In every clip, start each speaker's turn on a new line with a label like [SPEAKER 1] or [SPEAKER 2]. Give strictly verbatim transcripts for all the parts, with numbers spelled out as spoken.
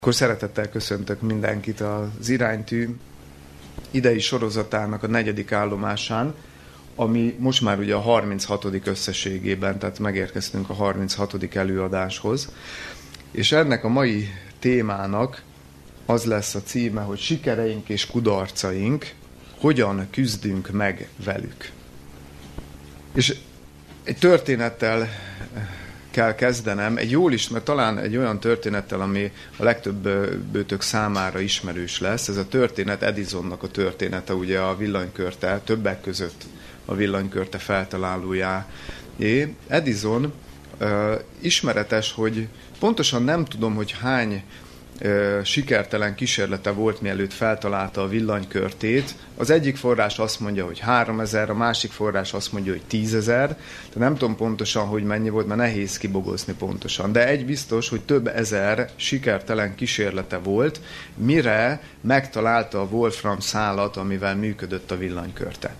[SPEAKER 1] Akkor szeretettel köszöntök mindenkit az Iránytű idei sorozatának a negyedik állomásán, ami most már ugye a harminchatodik összességében, tehát megérkeztünk a harminchatodik előadáshoz. És ennek a mai témának az lesz a címe, hogy sikereink és kudarcaink, hogyan küzdünk meg velük. És egy történettel kell kezdenem, egy jól ismert, talán egy olyan történettel, ami a legtöbb bőtök számára ismerős lesz. Ez a történet Edisonnak a története, ugye a villanykörte, többek között a villanykörte feltalálójáé. Edison uh, ismeretes, hogy pontosan nem tudom, hogy hány uh, sikertelen kísérlete volt, mielőtt feltalálta a villanykörtét. Az egyik forrás azt mondja, hogy háromezer, a másik forrás azt mondja, hogy tízezer. De nem tudom pontosan, hogy mennyi volt, mert nehéz kibogozni pontosan. De egy biztos, hogy több ezer sikertelen kísérlete volt, mire megtalálta a Wolfram szálat, amivel működött a villanykörte.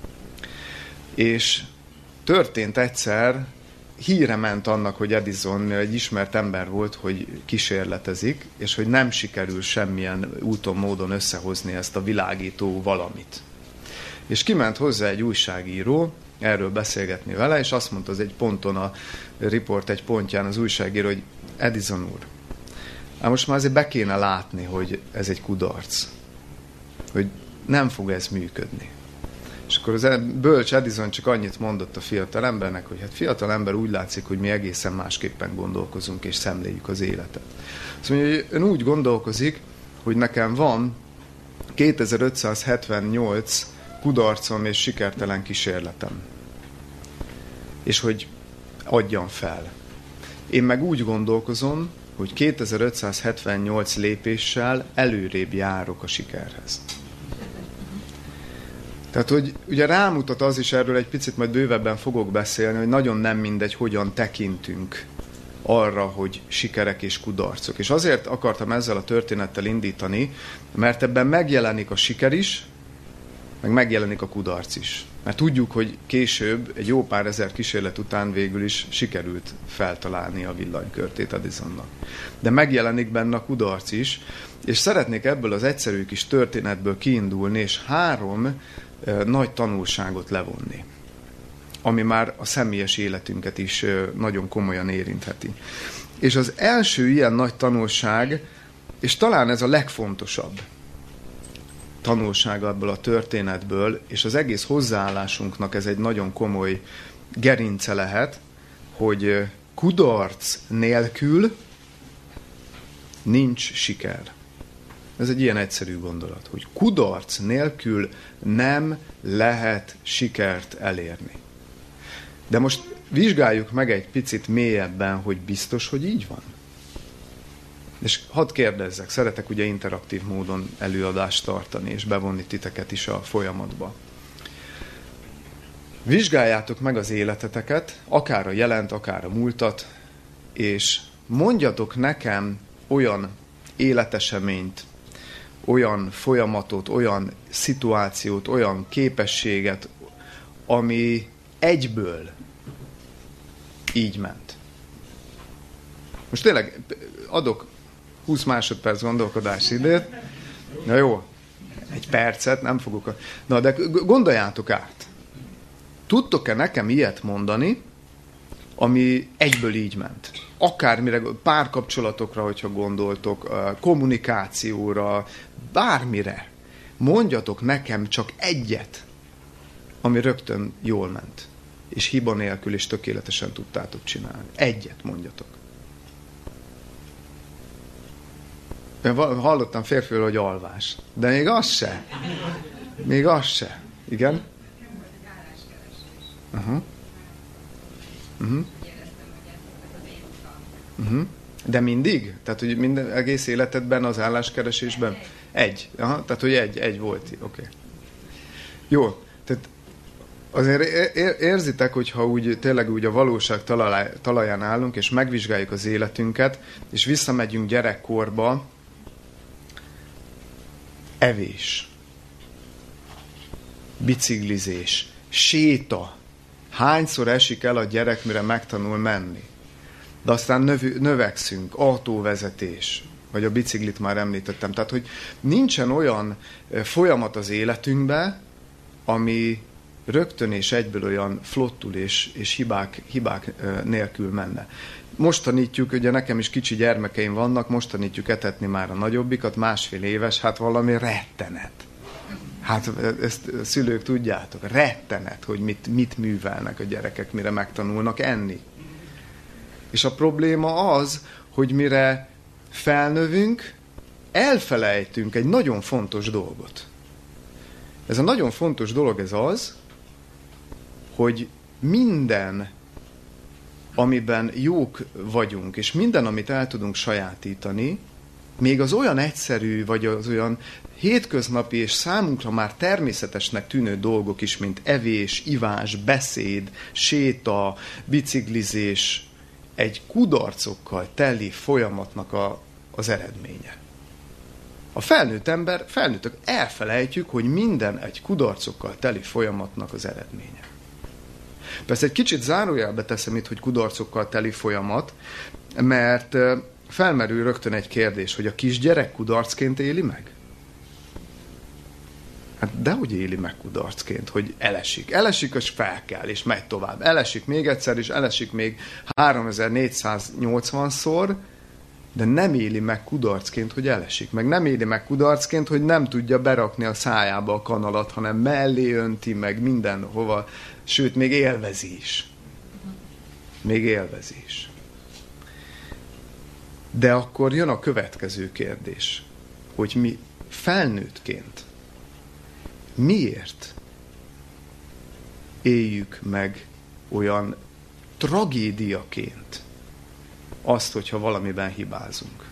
[SPEAKER 1] És történt egyszer, híre ment annak, hogy Edison egy ismert ember volt, hogy kísérletezik, és hogy nem sikerül semmilyen úton, módon összehozni ezt a világító valamit. És kiment hozzá egy újságíró, erről beszélgetni vele, és azt mondta az egy ponton, a riport egy pontján az újságíró, hogy Edison úr, hát most már azért be kéne látni, hogy ez egy kudarc, hogy nem fog ez működni. És akkor az bölcs Edison csak annyit mondott a fiatal embernek, hogy hát fiatal ember, úgy látszik, hogy mi egészen másképpen gondolkozunk és szemléljük az életet. Azt mondja, hogy ön úgy gondolkozik, hogy nekem van kétezer-ötszázhetvennyolc kudarcom és sikertelen kísérletem. És hogy adjam fel. Én meg úgy gondolkozom, hogy kétezer-ötszázhetvennyolc lépéssel előrébb járok a sikerhez. Tehát, hogy ugye rámutat az is, erről egy picit majd bővebben fogok beszélni, hogy nagyon nem mindegy, hogyan tekintünk arra, hogy sikerek és kudarcok. És azért akartam ezzel a történettel indítani, mert ebben megjelenik a siker is, meg megjelenik a kudarc is. Mert tudjuk, hogy később, egy jó pár ezer kísérlet után végül is sikerült feltalálni a villanykörtét Edisonnak. De megjelenik benne a kudarc is, és szeretnék ebből az egyszerű kis történetből kiindulni, és három e, nagy tanulságot levonni, ami már a személyes életünket is e, nagyon komolyan érintheti. És az első ilyen nagy tanulság, és talán ez a legfontosabb tanulsága ebből a történetből, és az egész hozzáállásunknak ez egy nagyon komoly gerince lehet, hogy kudarc nélkül nincs siker. Ez egy ilyen egyszerű gondolat, hogy kudarc nélkül nem lehet sikert elérni. De most vizsgáljuk meg egy picit mélyebben, hogy biztos, hogy így van. És hadd kérdezzek, szeretek ugye interaktív módon előadást tartani, és bevonni titeket is a folyamatba. Vizsgáljátok meg az életeteket, akár a jelent, akár a múltat, és mondjatok nekem olyan életeseményt, olyan folyamatot, olyan szituációt, olyan képességet, ami egyből így ment. Most tényleg adok húsz másodperc gondolkodási időt. Na jó, egy percet, nem fogok... A... Na, de gondoljátok át. Tudtok-e nekem ilyet mondani, ami egyből így ment? Akármire, párkapcsolatokra, hogyha gondoltok, kommunikációra, bármire. Mondjatok nekem csak egyet, ami rögtön jól ment. És hiba nélkül is tökéletesen tudtátok csinálni. Egyet mondjatok. Én hallottam férfiről, hogy alvás. De még az se. Még az se. Igen? Uh-huh. Uh-huh. Uh-huh. De mindig? Tehát, hogy minden egész életedben, az álláskeresésben? Egy. Aha, tehát, hogy egy, egy volt. Oké. Okay. Jó. Tehát azért érzitek, hogyha úgy, tényleg úgy a valóság talaján állunk, és megvizsgáljuk az életünket, és visszamegyünk gyerekkorba, evés, biciklizés, séta. Hányszor esik el a gyerek, mire megtanul menni? De aztán növ- növekszünk, autóvezetés, vagy a biciklit már említettem. Tehát, hogy nincsen olyan folyamat az életünkben, ami rögtön és egyből olyan flottul és, és hibák, hibák nélkül menne. Most tanítjuk, ugye nekem is kicsi gyermekeim vannak, most tanítjuk etetni már a nagyobbikat, másfél éves, hát valami rettenet. Hát ezt a szülők tudjátok, rettenet, hogy mit, mit művelnek a gyerekek, mire megtanulnak enni. És a probléma az, hogy mire felnövünk, elfelejtünk egy nagyon fontos dolgot. Ez a nagyon fontos dolog ez az, hogy minden, amiben jók vagyunk, és minden, amit el tudunk sajátítani, még az olyan egyszerű, vagy az olyan hétköznapi és számunkra már természetesnek tűnő dolgok is, mint evés, ivás, beszéd, séta, biciklizés, egy kudarcokkal teli folyamatnak a, az eredménye. A felnőtt ember, felnőttök elfelejtjük, hogy minden egy kudarcokkal teli folyamatnak az eredménye. Persze egy kicsit zárójelbe teszem itt, hogy kudarcokkal teli folyamat, mert felmerül rögtön egy kérdés, hogy a kisgyerek kudarcként éli meg? Hát dehogy éli meg kudarcként, hogy elesik. Elesik, és fel kell, és megy tovább. Elesik még egyszer, és elesik még háromezer-négyszáznyolcvanszor, de nem éli meg kudarcként, hogy elesik. Meg nem éli meg kudarcként, hogy nem tudja berakni a szájába a kanalat, hanem mellé önti, meg mindenhova. Sőt, még élvezi is. Még élvezi is. De akkor jön a következő kérdés, hogy mi felnőttként miért éljük meg olyan tragédiaként azt, hogyha valamiben hibázunk.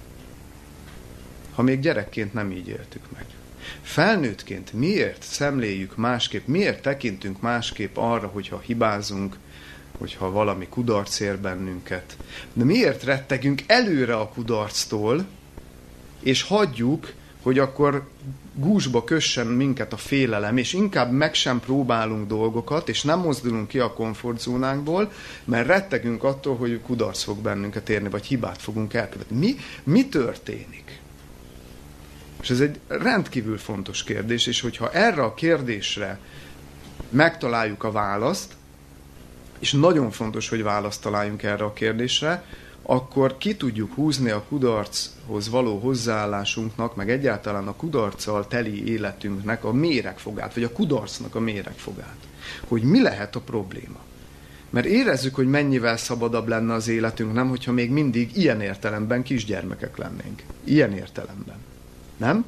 [SPEAKER 1] Ha még gyerekként nem így éltük meg. Felnőttként miért szemléljük másképp, miért tekintünk másképp arra, hogyha hibázunk, hogyha valami kudarc ér bennünket. De miért rettegünk előre a kudarctól, és hagyjuk, hogy akkor gúzsba kössen minket a félelem, és inkább meg sem próbálunk dolgokat, és nem mozdulunk ki a komfortzónánkból, mert rettegünk attól, hogy kudarc fog bennünket érni, vagy hibát fogunk elkövetni. Mi, mi történik? És ez egy rendkívül fontos kérdés, és hogyha erre a kérdésre megtaláljuk a választ, és nagyon fontos, hogy választ találjunk erre a kérdésre, akkor ki tudjuk húzni a kudarchoz való hozzáállásunknak, meg egyáltalán a kudarccal teli életünknek a méregfogát, vagy a kudarcnak a méregfogát. Hogy mi lehet a probléma. Mert érezzük, hogy mennyivel szabadabb lenne az életünk, nem, hogyha még mindig ilyen értelemben kisgyermekek lennénk. Ilyen értelemben. Nem?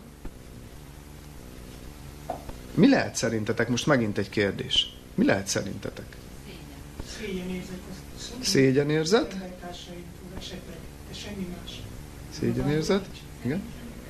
[SPEAKER 1] Mi lehet szerintetek? Most megint egy kérdés. Mi lehet szerintetek?
[SPEAKER 2] Szégyenérzet.
[SPEAKER 1] Szégyenérzet?
[SPEAKER 2] Esetleg, de semmi más.
[SPEAKER 1] Szégyenérzet? Igen?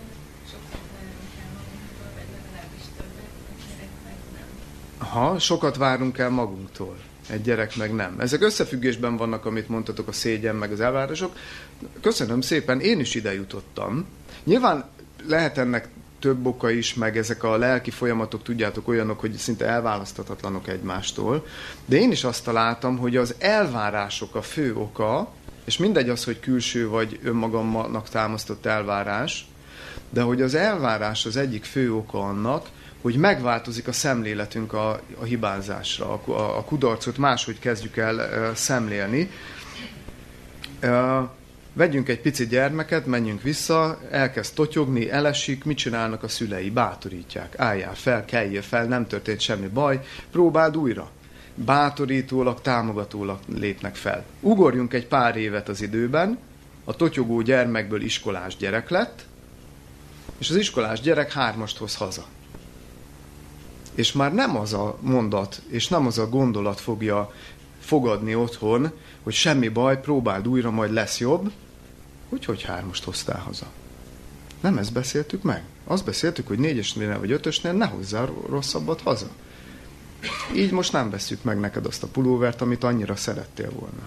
[SPEAKER 1] Aha, sokat várunk el magunktól. Egy gyerek meg nem. Ezek összefüggésben vannak, amit mondtatok, a szégyen meg az elvárások. Köszönöm szépen, én is ide jutottam. Nyilván lehet ennek több oka is, meg ezek a lelki folyamatok, tudjátok, olyanok, hogy szinte elválaszthatatlanok egymástól. De én is azt találtam, hogy az elvárások a fő oka, és mindegy az, hogy külső vagy önmagamnak támasztott elvárás, de hogy az elvárás az egyik fő oka annak, hogy megváltozik a szemléletünk a, a hibázásra, a, a kudarcot máshogy kezdjük el uh, szemlélni. Uh, vegyünk egy pici gyermeket, menjünk vissza, elkezd totyogni, elesik, mit csinálnak a szülei? Bátorítják, álljál fel, kelljél fel, nem történt semmi baj, próbáld újra. Bátorítólag, támogatólag lépnek fel. Ugorjunk egy pár évet az időben, a totyogó gyermekből iskolás gyerek lett, és az iskolás gyerek hármast hoz haza. És már nem az a mondat, és nem az a gondolat fogja fogadni otthon, hogy semmi baj, próbáld újra, majd lesz jobb, hogy hogy hármast hoztál haza. Nem ezt beszéltük meg. Azt beszéltük, hogy négyesnél vagy ötösnél ne hozzál rosszabbat haza. Így most nem vesszük meg neked azt a pulóvert, amit annyira szerettél volna.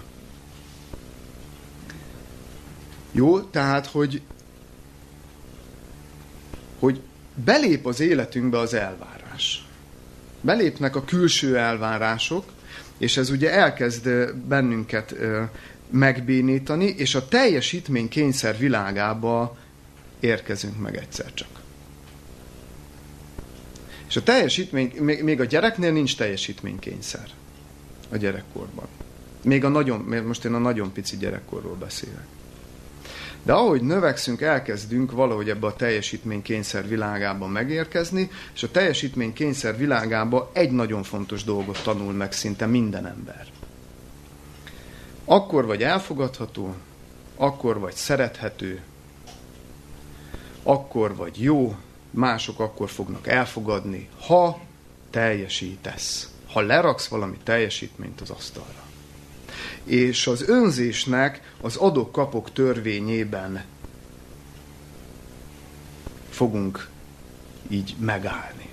[SPEAKER 1] Jó, tehát, hogy, hogy belép az életünkbe az elvárás. Belépnek a külső elvárások, és ez ugye elkezd bennünket megbénítani, és a teljesítmény kényszer világába érkezünk meg egyszer csak. És a teljesítmény, még a gyereknél nincs teljesítménykényszer a gyerekkorban. Még a nagyon, most én a nagyon pici gyerekkorról beszélek. De ahogy növekszünk, elkezdünk valahogy ebbe a teljesítménykényszer világában megérkezni, és a teljesítménykényszer világában egy nagyon fontos dolgot tanul meg szinte minden ember. Akkor vagy elfogadható, akkor vagy szerethető, akkor vagy jó, mások akkor fognak elfogadni, ha teljesítesz. Ha leraksz valami teljesítményt az asztalra. És az önzésnek az adok-kapok törvényében fogunk így megállni.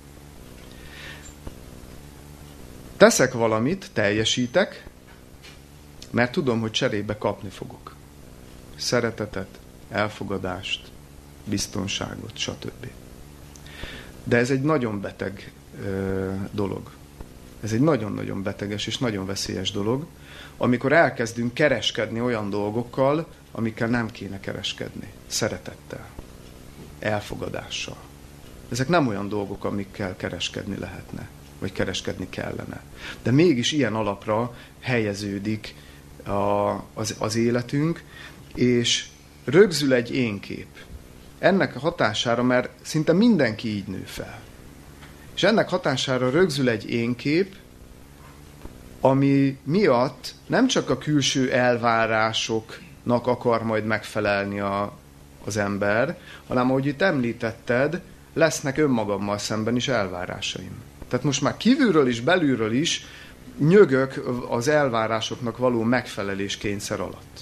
[SPEAKER 1] Teszek valamit, teljesítek, mert tudom, hogy cserébe kapni fogok. Szeretetet, elfogadást, biztonságot, stb. De ez egy nagyon beteg ö, dolog. Ez egy nagyon-nagyon beteges és nagyon veszélyes dolog, amikor elkezdünk kereskedni olyan dolgokkal, amikkel nem kéne kereskedni. Szeretettel, elfogadással. Ezek nem olyan dolgok, amikkel kereskedni lehetne, vagy kereskedni kellene. De mégis ilyen alapra helyeződik a, az, az életünk, és rögzül egy énkép. Ennek a hatására, mert szinte mindenki így nő fel. És ennek hatására rögzül egy énkép, ami miatt nem csak a külső elvárásoknak akar majd megfelelni a, az ember, hanem ahogy itt említetted, lesznek önmagammal szemben is elvárásaim. Tehát most már kívülről is, belülről is nyögök az elvárásoknak való megfelelés kényszer alatt.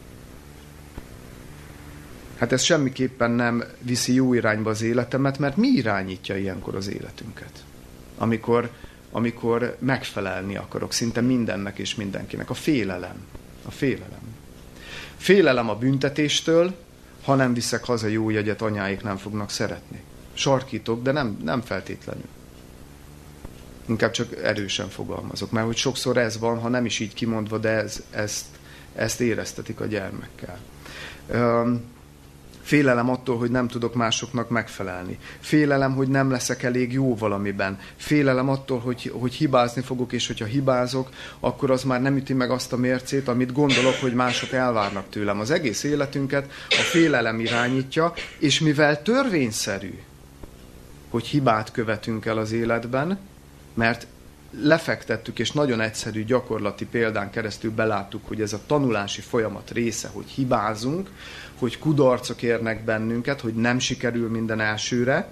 [SPEAKER 1] Hát ez semmiképpen nem viszi jó irányba az életemet, mert mi irányítja ilyenkor az életünket? Amikor, amikor megfelelni akarok szinte mindennek és mindenkinek. A félelem. A félelem. Félelem a büntetéstől, ha nem viszek haza jó jegyet, anyáik nem fognak szeretni. Sarkítok, de nem, nem feltétlenül. Inkább csak erősen fogalmazok, mert hogy sokszor ez van, ha nem is így kimondva, de ez, ezt, ezt éreztetik a gyermekkel. Um, Félelem attól, hogy nem tudok másoknak megfelelni. Félelem, hogy nem leszek elég jó valamiben. Félelem attól, hogy, hogy hibázni fogok, és hogyha hibázok, akkor az már nem üti meg azt a mércét, amit gondolok, hogy mások elvárnak tőlem. Az egész életünket a félelem irányítja, és mivel törvényszerű, hogy hibát követünk el az életben, mert lefektettük, és nagyon egyszerű gyakorlati példán keresztül beláttuk, hogy ez a tanulási folyamat része, hogy hibázunk, hogy kudarcok érnek bennünket, hogy nem sikerül minden elsőre.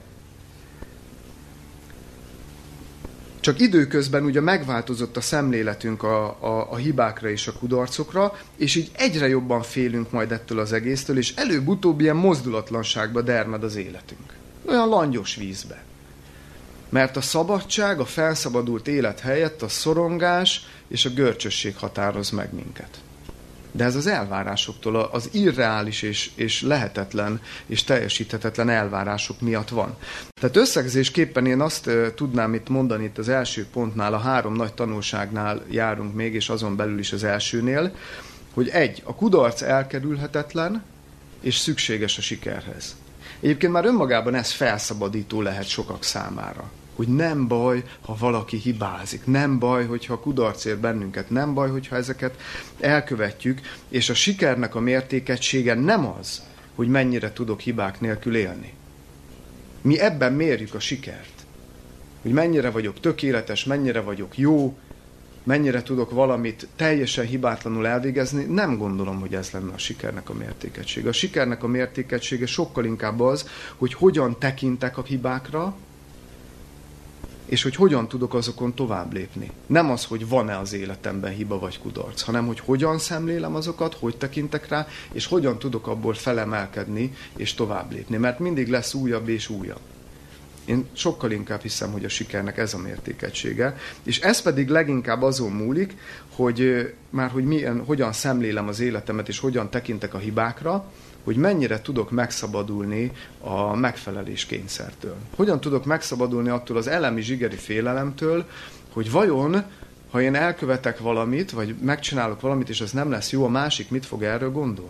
[SPEAKER 1] Csak időközben ugye megváltozott a szemléletünk a, a, a hibákra és a kudarcokra, és így egyre jobban félünk majd ettől az egésztől, és előbb-utóbb ilyen mozdulatlanságba dermed az életünk. Olyan langyos vízbe. Mert a szabadság, a felszabadult élet helyett a szorongás és a görcsösség határoz meg minket. De ez az elvárásoktól, az irreális és, és lehetetlen és teljesíthetetlen elvárások miatt van. Tehát összegzésképpen én azt uh, tudnám itt mondani, itt az első pontnál, a három nagy tanulságnál járunk még, és azon belül is az elsőnél, hogy egy, a kudarc elkerülhetetlen és szükséges a sikerhez. Egyébként már önmagában ez felszabadító lehet sokak számára. Hogy nem baj, ha valaki hibázik. Nem baj, hogyha kudarc ér bennünket. Nem baj, hogyha ezeket elkövetjük. És a sikernek a mértékegysége nem az, hogy mennyire tudok hibák nélkül élni. Mi ebben mérjük a sikert. Hogy mennyire vagyok tökéletes, mennyire vagyok jó, mennyire tudok valamit teljesen hibátlanul elvégezni, nem gondolom, hogy ez lenne a sikernek a mértékegysége. A sikernek a mértékegysége sokkal inkább az, hogy hogyan tekintek a hibákra, és hogy hogyan tudok azokon tovább lépni. Nem az, hogy van-e az életemben hiba vagy kudarc, hanem hogy hogyan szemlélem azokat, hogy tekintek rá, és hogyan tudok abból felemelkedni és tovább lépni. Mert mindig lesz újabb és újabb. Én sokkal inkább hiszem, hogy a sikernek ez a mértékegysége, és ez pedig leginkább azon múlik, hogy már hogy milyen, hogyan szemlélem az életemet, és hogyan tekintek a hibákra, hogy mennyire tudok megszabadulni a megfelelés kényszertől. Hogyan tudok megszabadulni attól az elemi zsigeri félelemtől, hogy vajon, ha én elkövetek valamit, vagy megcsinálok valamit, és ez nem lesz jó, a másik mit fog erről gondolni?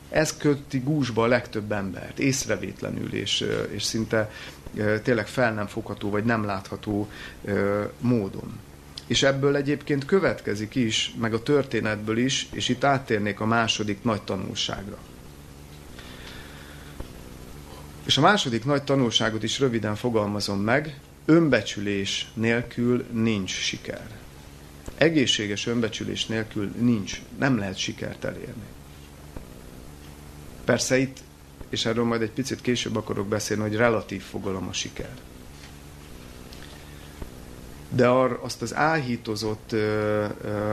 [SPEAKER 1] Ez köti gúzsba a legtöbb embert, észrevétlenül, és, és szinte tényleg fel nem fogható, vagy nem látható módon. És ebből egyébként következik is, meg a történetből is, és itt áttérnék a második nagy tanulságra. És a második nagy tanulságot is röviden fogalmazom meg, önbecsülés nélkül nincs siker. Egészséges önbecsülés nélkül nincs, nem lehet sikert elérni. Persze itt, és erről majd egy picit később akarok beszélni, hogy relatív fogalom a siker. De ar, azt az áhítozott ö, ö,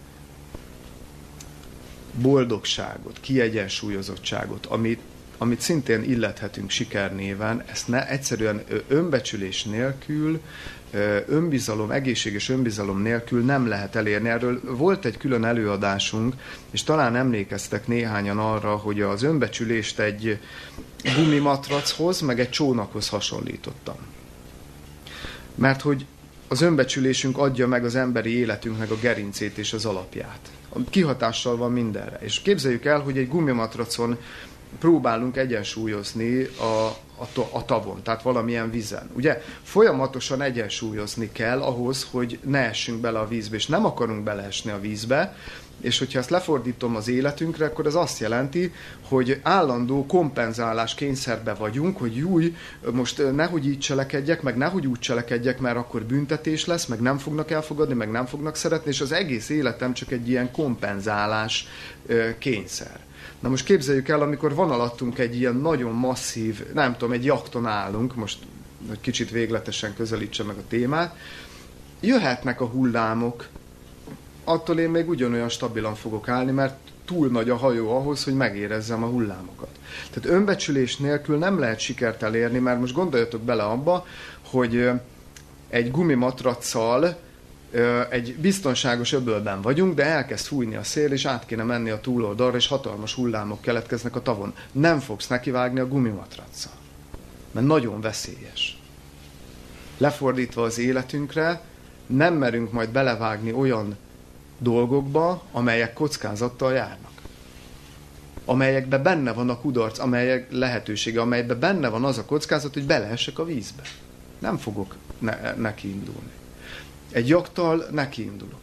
[SPEAKER 1] boldogságot, kiegyensúlyozottságot, amit, amit szintén illethetünk sikernéven, ezt ne, egyszerűen önbecsülés nélkül, önbizalom, egészséges önbizalom nélkül nem lehet elérni. Erről volt egy külön előadásunk, és talán emlékeztek néhányan arra, hogy az önbecsülést egy gumimatrachoz, meg egy csónakhoz hasonlítottam. Mert hogy az önbecsülésünk adja meg az emberi életünknek a gerincét és az alapját. Kihatással van mindenre. És képzeljük el, hogy egy gumimatracon próbálunk egyensúlyozni a, a, a tavon, tehát valamilyen vízen. Ugye folyamatosan egyensúlyozni kell ahhoz, hogy ne essünk bele a vízbe, és nem akarunk beleesni a vízbe, és hogyha ezt lefordítom az életünkre, akkor ez azt jelenti, hogy állandó kompenzálás kényszerbe vagyunk, hogy júj, most nehogy így cselekedjek, meg nehogy úgy cselekedjek, mert akkor büntetés lesz, meg nem fognak elfogadni, meg nem fognak szeretni, és az egész életem csak egy ilyen kompenzálás kényszer. Na most képzeljük el, amikor van alattunk egy ilyen nagyon masszív, nem tudom, egy jachton állunk, most hogy kicsit végletesen közelítse meg a témát, jöhetnek a hullámok, attól én még ugyanolyan stabilan fogok állni, mert túl nagy a hajó ahhoz, hogy megérezzem a hullámokat. Tehát önbecsülés nélkül nem lehet sikert elérni, mert most gondoljatok bele abba, hogy egy gumimatracsal egy biztonságos öbölben vagyunk, de elkezd fújni a szél, és át kéne menni a túloldalra, és hatalmas hullámok keletkeznek a tavon. Nem fogsz nekivágni a gumimatraccal, mert nagyon veszélyes. Lefordítva az életünkre, nem merünk majd belevágni olyan dolgokba, amelyek kockázattal járnak. Amelyekben benne van a kudarc, amelyek lehetősége, amelyekben benne van az a kockázat, hogy beleessek a vízbe. Nem fogok ne- neki indulni. Egy jachtal neki indulok.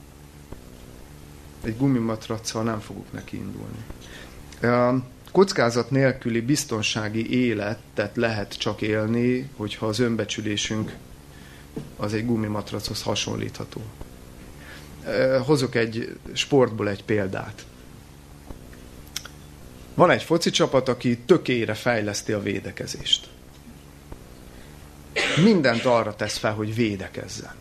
[SPEAKER 1] Egy gumimatraccal nem fogok neki indulni. Kockázat nélküli biztonsági életet lehet csak élni, hogyha az önbecsülésünk az egy gumimatrachoz hasonlítható. Hozok egy sportból egy példát. Van egy foci csapat, aki tökére fejleszti a védekezést. Mindent arra tesz fel, hogy védekezzen.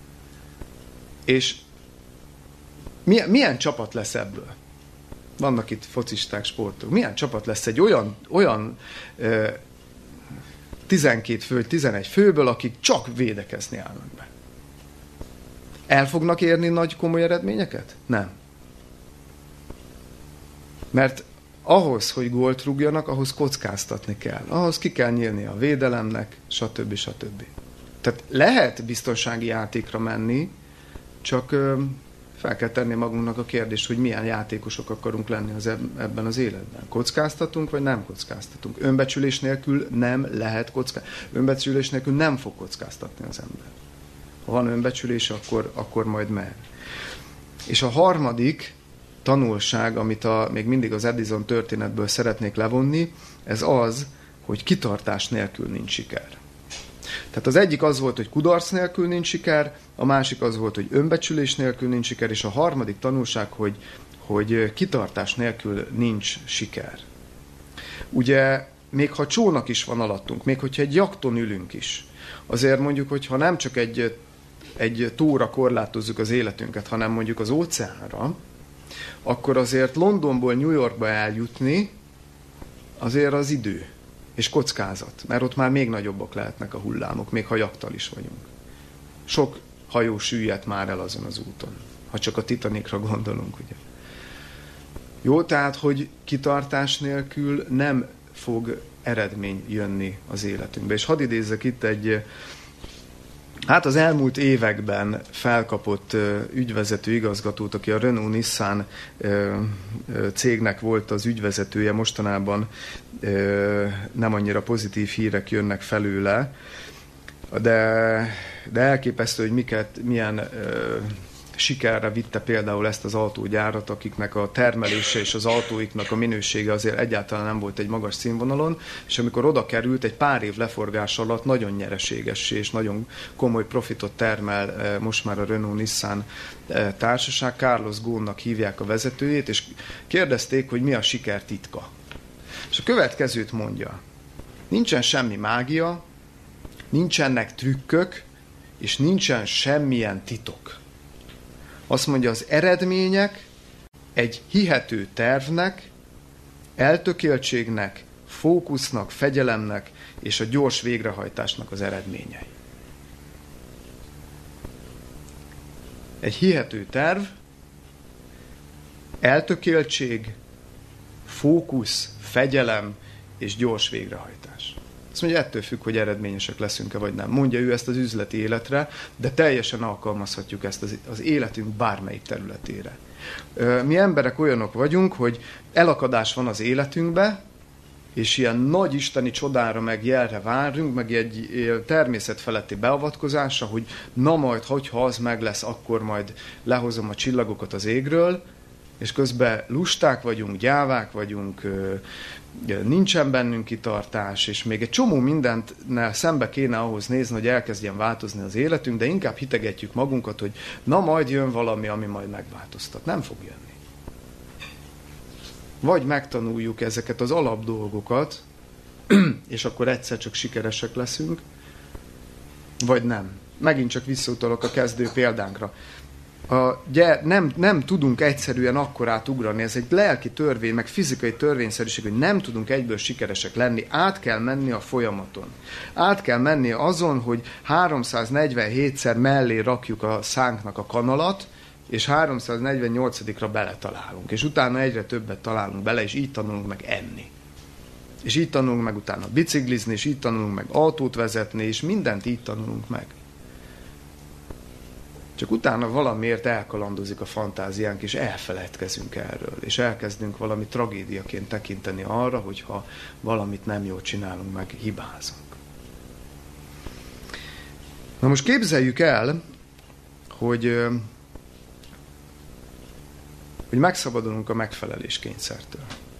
[SPEAKER 1] És milyen, milyen csapat lesz ebből? Vannak itt focisták, sportok. Milyen csapat lesz egy olyan, olyan ö, tizenkét fő, tizenegy főből, akik csak védekezni állnak be? El fognak érni nagy komoly eredményeket? Nem. Mert ahhoz, hogy gólt rúgjanak, ahhoz kockáztatni kell. Ahhoz ki kell nyílni a védelemnek, stb. stb. Tehát lehet biztonsági játékra menni, csak ö, fel kell tenni magunknak a kérdést, hogy milyen játékosok akarunk lenni az ebben az életben. Kockáztatunk, vagy nem kockáztatunk? Önbecsülés nélkül nem lehet kockáztatni. Önbecsülés nélkül nem fog kockáztatni az ember. Ha van önbecsülés, akkor, akkor majd mer. És a harmadik tanulság, amit a, még mindig az Edison történetből szeretnék levonni, ez az, hogy kitartás nélkül nincs siker. Tehát az egyik az volt, hogy kudarc nélkül nincs siker, a másik az volt, hogy önbecsülés nélkül nincs siker, és a harmadik tanulság, hogy, hogy kitartás nélkül nincs siker. Ugye, még ha csónak is van alattunk, még hogyha egy jachton ülünk is, azért mondjuk, hogyha nem csak egy, egy tóra korlátozzuk az életünket, hanem mondjuk az óceánra, akkor azért Londonból New Yorkba eljutni azért az idő és kockázat, mert ott már még nagyobbak lehetnek a hullámok, még ha jachtal is vagyunk. Sok hajó süllyedt már el azon az úton, ha csak a Titanicra gondolunk, ugye. Jó, tehát, hogy kitartás nélkül nem fog eredmény jönni az életünkbe. És hadd idézzek itt egy, Hát az elmúlt években felkapott ügyvezető igazgatót, aki a Renault-Nissan cégnek volt az ügyvezetője, mostanában nem annyira pozitív hírek jönnek felőle, de, de elképesztő, hogy miket, milyen sikerre vitte például ezt az autógyárat, akiknek a termelése és az autóiknak a minősége azért egyáltalán nem volt egy magas színvonalon, és amikor oda került, egy pár év leforgás alatt nagyon nyereségessé és nagyon komoly profitot termel most már a Renault-Nissan társaság. Carlos Ghosnnak hívják a vezetőjét, és kérdezték, hogy mi a siker titka. És a következőt mondja: nincsen semmi mágia, nincsenek trükkök, és nincsen semmilyen titok. Azt mondja, az eredmények egy hihető tervnek, eltökéltségnek, fókusznak, fegyelemnek és a gyors végrehajtásnak az eredményei. Egy hihető terv, eltökéltség, fókusz, fegyelem és gyors végrehajtás. Azt mondja, ettől függ, hogy eredményesek leszünk-e vagy nem. Mondja ő ezt az üzleti életre, de teljesen alkalmazhatjuk ezt az, az életünk bármelyik területére. Mi emberek olyanok vagyunk, hogy elakadás van az életünkbe, és ilyen nagy isteni csodára meg jelre várunk, meg egy természetfeletti beavatkozásra, hogy na majd, hogyha az meg lesz, akkor majd lehozom a csillagokat az égről, és közben lusták vagyunk, gyávák vagyunk, nincsen bennünk kitartás, és még egy csomó mindennel szembe kéne ahhoz nézni, hogy elkezdjen változni az életünk, de inkább hitegetjük magunkat, hogy na majd jön valami, ami majd megváltoztat. Nem fog jönni. Vagy megtanuljuk ezeket az alapdolgokat, és akkor egyszer csak sikeresek leszünk, vagy nem. Megint csak visszautalok a kezdő példánkra. A, ugye, nem, nem tudunk egyszerűen akkorát ugrani, ez egy lelki törvény, meg fizikai törvényszerűség, hogy nem tudunk egyből sikeresek lenni, át kell menni a folyamaton. Át kell menni azon, hogy háromszáznegyvenhétszer mellé rakjuk a szánknak a kanalat, és háromszáznegyvennyolcadikra beletalálunk, és utána egyre többet találunk bele, és így tanulunk meg enni. És így tanulunk meg utána biciklizni, és így tanulunk meg autót vezetni, és mindent így tanulunk meg. Csak utána valamiért elkalandozik a fantáziánk, és elfeledkezünk erről, és elkezdünk valami tragédiaként tekinteni arra, hogyha valamit nem jól csinálunk, meg hibázunk. Na most képzeljük el, hogy, hogy megszabadulunk a megfelelés kényszertől.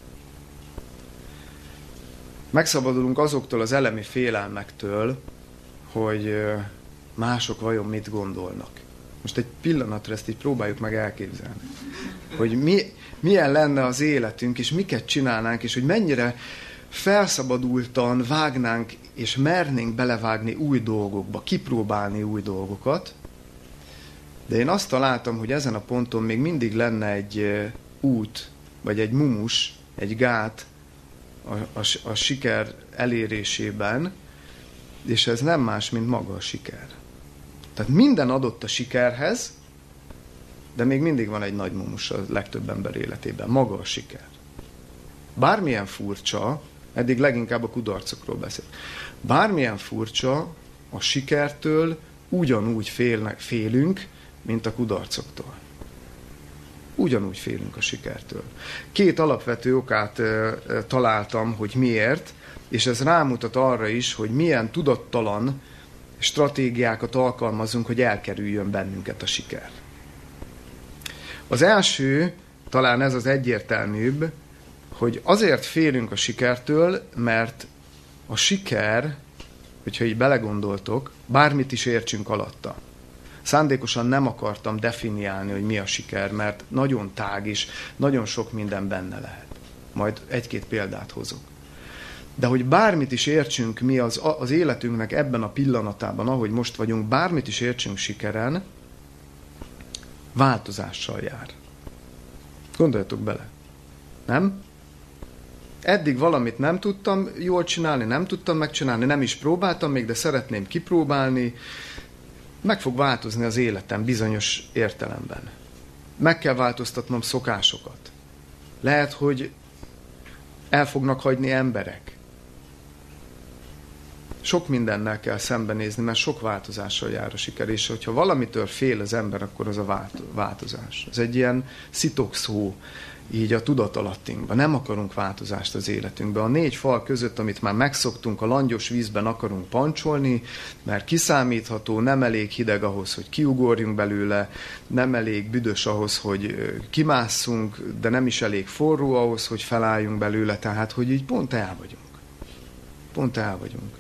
[SPEAKER 1] Megszabadulunk azoktól az elemi félelmektől, hogy mások vajon mit gondolnak. Most egy pillanatra ezt így próbáljuk meg elképzelni. Hogy mi, milyen lenne az életünk, és miket csinálnánk, és hogy mennyire felszabadultan vágnánk, és mernénk belevágni új dolgokba, kipróbálni új dolgokat. De én azt találtam, hogy ezen a ponton még mindig lenne egy út, vagy egy mumus, egy gát a, a, a siker elérésében, és ez nem más, mint maga a siker. Tehát minden adott a sikerhez, de még mindig van egy nagy mumus a legtöbb ember életében. Maga a siker. Bármilyen furcsa, eddig leginkább a kudarcokról beszél. Bármilyen furcsa, a sikertől ugyanúgy félnek, félünk, mint a kudarcoktól. Ugyanúgy félünk a sikertől. Két alapvető okát e, e, találtam, hogy miért, és ez rámutat arra is, hogy milyen tudattalan stratégiákat alkalmazunk, hogy elkerüljön bennünket a siker. Az első, talán ez az egyértelműbb, hogy azért félünk a sikertől, mert a siker, hogyha így belegondoltok, bármit is értsünk alatta. Szándékosan nem akartam definiálni, hogy mi a siker, mert nagyon tág is, nagyon sok minden benne lehet. Majd egy-két példát hozok. De hogy bármit is értsünk mi az, az életünknek ebben a pillanatában, ahogy most vagyunk, bármit is értsünk sikeren, változással jár. Gondoljatok bele. Nem? Eddig valamit nem tudtam jól csinálni, nem tudtam megcsinálni, nem is próbáltam még, de szeretném kipróbálni. Meg fog változni az életem bizonyos értelemben. Meg kell változtatnom szokásokat. Lehet, hogy el fognak hagyni emberek. sok mindennel kell szembenézni, mert sok változással jár a siker, és hogyha valamitől fél az ember, akkor az a változás. Ez egy ilyen szitokszó, így a tudatalattinkban. Nem akarunk változást az életünkben. A négy fal között, amit már megszoktunk, a langyos vízben akarunk pancsolni, mert kiszámítható, nem elég hideg ahhoz, hogy kiugorjunk belőle, nem elég büdös ahhoz, hogy kimásszunk, de nem is elég forró ahhoz, hogy felálljunk belőle, tehát, hogy így pont el vagyunk. Pont el vagyunk.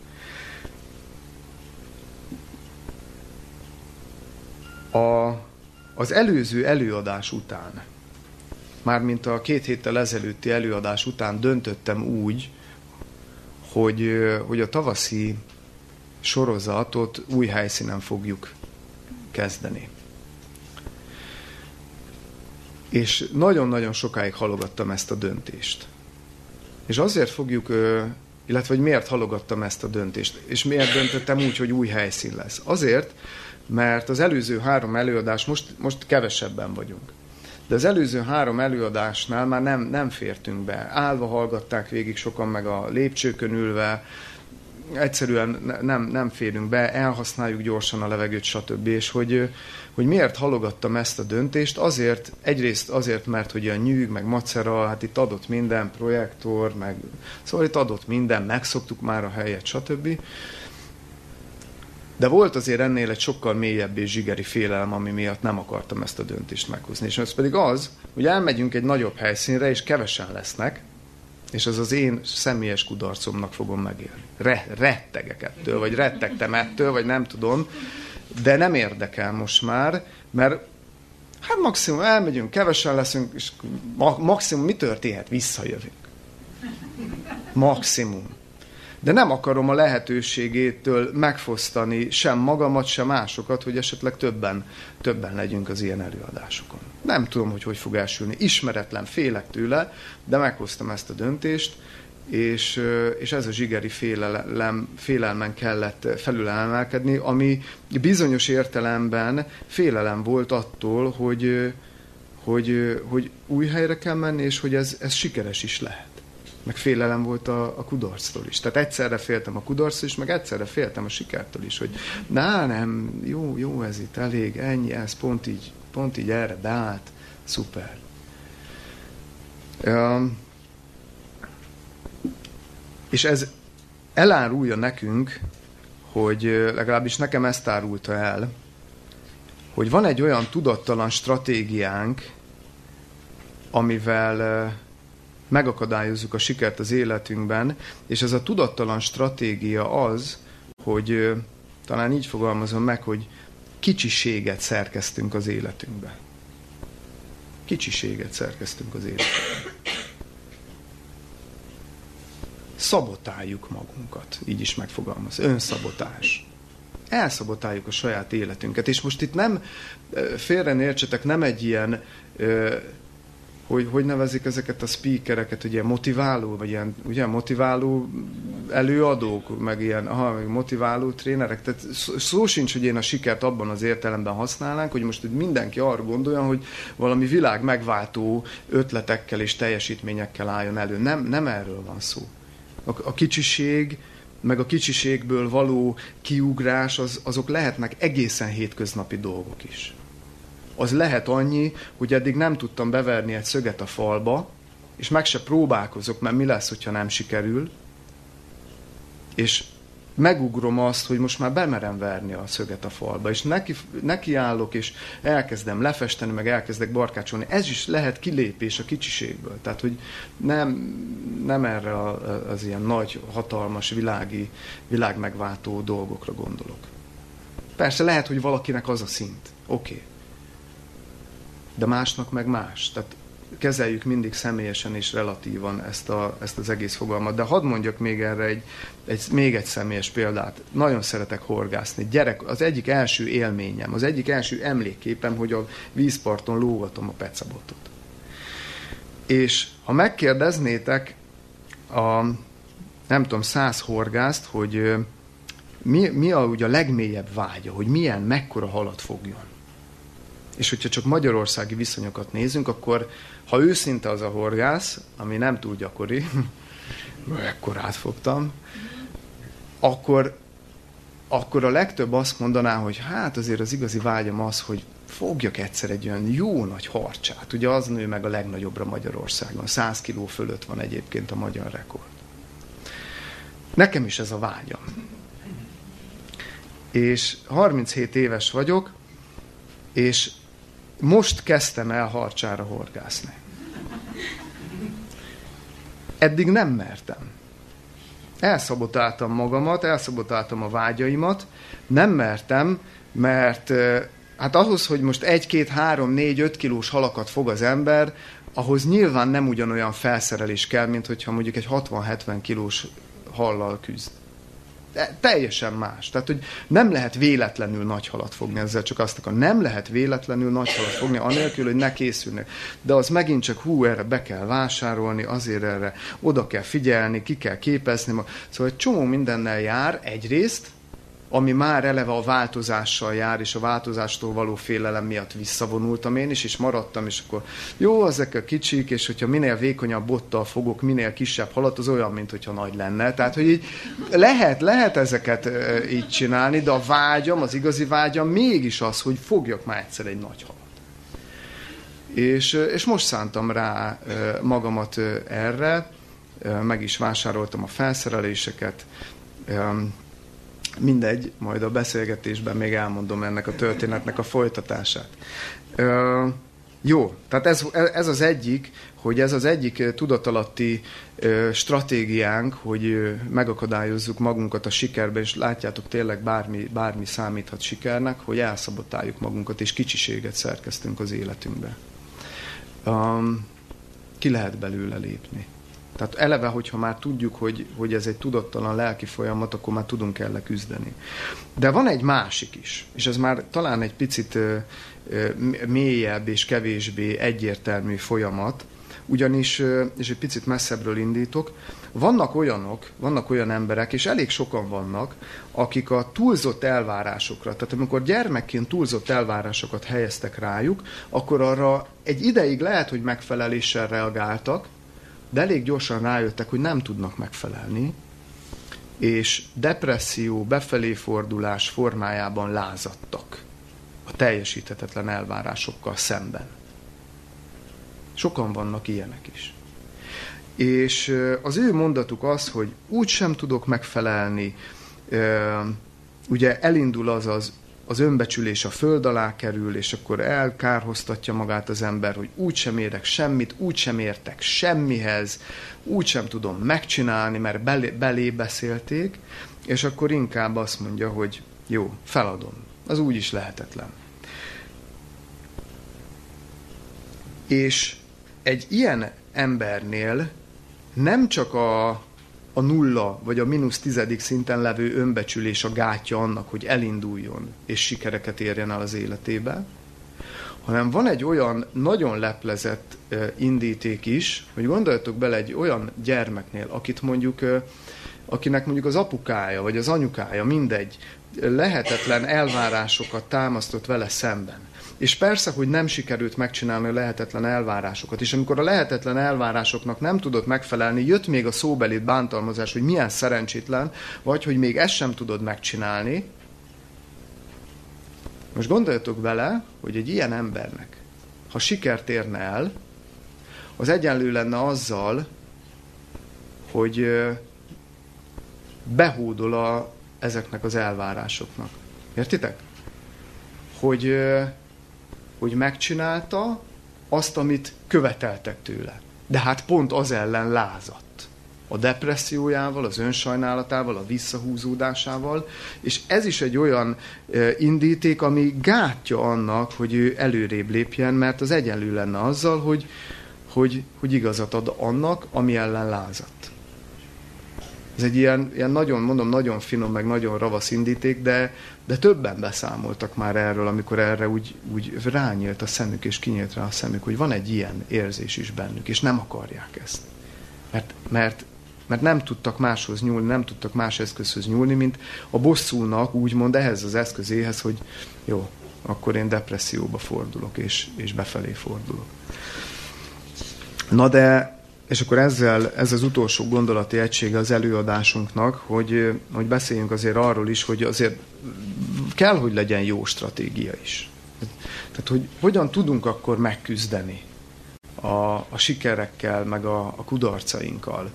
[SPEAKER 1] A, az előző előadás után, mármint a két héttel ezelőtti előadás után döntöttem úgy, hogy, hogy a tavaszi sorozatot új helyszínen fogjuk kezdeni. És nagyon-nagyon sokáig halogattam ezt a döntést. És azért fogjuk, illetve hogy miért halogattam ezt a döntést, és miért döntöttem úgy, hogy új helyszín lesz. Azért, mert az előző három előadás, most, most kevesebben vagyunk. De az előző három előadásnál már nem, nem fértünk be. Állva hallgatták végig sokan, meg a lépcsőkön ülve. Egyszerűen nem, nem férünk be, elhasználjuk gyorsan a levegőt, stb. És hogy, hogy miért halogattam ezt a döntést? Azért, egyrészt azért, mert hogy a nyűg, meg macera, hát itt adott minden, projektor, meg szóval itt adott minden, megszoktuk már a helyet, stb. De volt azért ennél egy sokkal mélyebb és zsigeri félelem, ami miatt nem akartam ezt a döntést meghozni. És ez pedig az, hogy elmegyünk egy nagyobb helyszínre, és kevesen lesznek, és az az én személyes kudarcomnak fogom megélni. Re, rettegek ettől, vagy rettegtem ettől, vagy nem tudom, de nem érdekel most már, mert hát maximum elmegyünk, kevesen leszünk, és ma, maximum mi történhet? Visszajövünk. Maximum. De nem akarom a lehetőségétől megfosztani sem magamat, sem másokat, hogy esetleg többen, többen legyünk az ilyen előadásokon. Nem tudom, hogy hogy fog elsülni. Ismeretlen, félek tőle, de meghoztam ezt a döntést, és, és ez a zsigeri félelem, félelmen kellett felülemelkedni, ami bizonyos értelemben félelem volt attól, hogy, hogy, hogy új helyre kell menni, és hogy ez, ez sikeres is lehet. Meg félelem volt a, a kudarctól is. Tehát egyszerre féltem a kudarctól is, meg egyszerre féltem a sikertől is, hogy na nem, jó, jó ez itt, elég, ennyi, ez pont így, pont így erre beállt, szuper. Um, és ez elárulja nekünk, hogy legalábbis nekem ezt árulta el, hogy van egy olyan tudattalan stratégiánk, amivel megakadályozzuk a sikert az életünkben, és ez a tudattalan stratégia az, hogy talán így fogalmazom meg, hogy kicsiséget szerkeztünk az életünkbe. Kicsiséget szerkeztünk az életünkbe. Szabotáljuk magunkat, így is megfogalmaz. Önszabotás. Elszabotáljuk a saját életünket, és most itt nem, félre ne értsetek, nem egy ilyen hogy hogy nevezik ezeket a speakereket, ugye motiváló, vagy ilyen, ugye motiváló előadók, meg ilyen, aha, meg motiváló trénerek. Tehát szó sincs, hogy én a sikert abban az értelemben használnánk, hogy most mindenki arra gondoljon, hogy valami világ megváltó ötletekkel és teljesítményekkel álljon elő. Nem, nem erről van szó. A, a kicsiség, meg a kicsiségből való kiugrás, az, azok lehetnek egészen hétköznapi dolgok is. Az lehet annyi, hogy eddig nem tudtam beverni egy szöget a falba, és meg se próbálkozok, mert mi lesz, hogyha nem sikerül, és megugrom azt, hogy most már bemerem verni a szöget a falba, és neki, nekiállok, és elkezdem lefesteni, meg elkezdek barkácsolni. Ez is lehet kilépés a kicsiségből. Tehát, hogy nem, nem erre a, az ilyen nagy, hatalmas, világi, világmegváltó dolgokra gondolok. Persze lehet, hogy valakinek az a szint. Oké. Okay. De másnak meg más. Tehát kezeljük mindig személyesen és relatívan ezt, a, ezt az egész fogalmat. De hadd mondjak még erre egy, egy, még egy személyes példát. Nagyon szeretek horgászni. Gyerek, az egyik első élményem, az egyik első emlékképem, hogy a vízparton lógatom a pecabotot. És ha megkérdeznétek a, nem tudom, száz horgászt, hogy mi, mi a, ugye a legmélyebb vágya, hogy milyen, mekkora halat fogjon. És hogyha csak magyarországi viszonyokat nézünk, akkor ha őszinte az a horgász, ami nem túl gyakori, ekkor átfogtam, akkor, akkor a legtöbb azt mondaná, hogy hát azért az igazi vágyam az, hogy fogjak egyszer egy olyan jó nagy harcsát. Ugye az nő meg a legnagyobbra Magyarországon. száz kiló fölött van egyébként a magyar rekord. Nekem is ez a vágyam. És harminchét éves vagyok, és most kezdtem el harcsára horgászni. Eddig nem mertem. Elszabotáltam magamat, elszabotáltam a vágyaimat, nem mertem, mert hát ahhoz, hogy most egy, két, három, négy, öt kilós halakat fog az ember, ahhoz nyilván nem ugyanolyan felszerelés kell, mint hogyha mondjuk egy hatvan-hetven kilós hallal küzd. De teljesen más. Tehát, hogy nem lehet véletlenül nagy halat fogni, ezzel csak azt akarom. Nem lehet véletlenül nagy halat fogni, anélkül, hogy ne készülnek. De az megint csak hú, erre be kell vásárolni, azért erre oda kell figyelni, ki kell képezni. Szóval egy csomó mindennel jár egyrészt, ami már eleve a változással jár, és a változástól való félelem miatt visszavonultam én is, és maradtam, és akkor jó, ezek a kicsik, és hogyha minél vékonyabb bottal fogok, minél kisebb halat, az olyan, mint hogyha nagy lenne. Tehát, hogy így lehet, lehet ezeket e, így csinálni, de a vágyam, az igazi vágyam mégis az, hogy fogjak már egyszer egy nagy halat. És, és most szántam rá e, magamat e, erre, e, meg is vásároltam a felszereléseket, e, mindegy, majd a beszélgetésben még elmondom ennek a történetnek a folytatását. Ö, jó, tehát ez, ez az egyik, hogy ez az egyik tudatalatti ö, stratégiánk, hogy ö, megakadályozzuk magunkat a sikerbe, és látjátok, tényleg bármi, bármi számíthat sikernek, hogy elszabotáljuk magunkat, és kicsiséget szerkeztünk az életünkbe. Um, ki lehet belőle lépni. Tehát eleve, hogyha már tudjuk, hogy, hogy ez egy tudattalan lelki folyamat, akkor már tudunk ellen küzdeni. De van egy másik is, és ez már talán egy picit ö, ö, mélyebb és kevésbé egyértelmű folyamat, ugyanis, ö, és egy picit messzebbről indítok, vannak olyanok, vannak olyan emberek, és elég sokan vannak, akik a túlzott elvárásokra, tehát amikor gyermekként túlzott elvárásokat helyeztek rájuk, akkor arra egy ideig lehet, hogy megfeleléssel reagáltak, de elég gyorsan rájöttek, hogy nem tudnak megfelelni, és depresszió, befelé fordulás formájában lázadtak a teljesíthetetlen elvárásokkal szemben. Sokan vannak ilyenek is. És az ő mondatuk az, hogy úgy sem tudok megfelelni, ugye elindul az az, az önbecsülés a föld alá kerül, és akkor elkárhoztatja magát az ember, hogy úgysem érek semmit, úgysem értek semmihez, úgysem tudom megcsinálni, mert belé, belé beszélték, és akkor inkább azt mondja, hogy jó, feladom. Az úgyis lehetetlen. És egy ilyen embernél nem csak a, a nulla vagy a mínusz tizedik szinten levő önbecsülés a gátja annak, hogy elinduljon és sikereket érjen el az életébe, hanem van egy olyan nagyon leplezett uh, indíték is, hogy gondoljatok bele egy olyan gyermeknél, akit mondjuk, uh, akinek mondjuk az apukája vagy az anyukája, mindegy, lehetetlen elvárásokat támasztott vele szemben. És persze, hogy nem sikerült megcsinálni a lehetetlen elvárásokat. És amikor a lehetetlen elvárásoknak nem tudott megfelelni, jött még a szóbeli bántalmazás, hogy milyen szerencsétlen, vagy hogy még ezt sem tudod megcsinálni. Most gondoljatok bele, hogy egy ilyen embernek, ha sikert érne el, az egyenlő lenne azzal, hogy behódol a, ezeknek az elvárásoknak. Értitek? Hogy... hogy megcsinálta azt, amit követeltek tőle. De hát pont az ellen lázadt. A depressziójával, az önsajnálatával, a visszahúzódásával, és ez is egy olyan indíték, ami gátja annak, hogy ő előrébb lépjen, mert az egyenlő lenne azzal, hogy, hogy, hogy igazat ad annak, ami ellen lázadt. Ez egy ilyen, ilyen nagyon, mondom, nagyon finom, meg nagyon ravasz indíték, de, de többen beszámoltak már erről, amikor erre úgy, úgy rányílt a szemük, és kinyílt rá a szemük, hogy van egy ilyen érzés is bennük, és nem akarják ezt. Mert, mert, mert nem tudtak máshoz nyúlni, nem tudtak más eszközhöz nyúlni, mint a bosszúnak úgymond ehhez az eszközéhez, hogy jó, akkor én depresszióba fordulok, és, és befelé fordulok. Na de és akkor ezzel, ez az utolsó gondolati egysége az előadásunknak, hogy, hogy beszéljünk azért arról is, hogy azért kell, hogy legyen jó stratégia is. Tehát, hogy hogyan tudunk akkor megküzdeni a, a sikerekkel, meg a, a kudarcainkkal.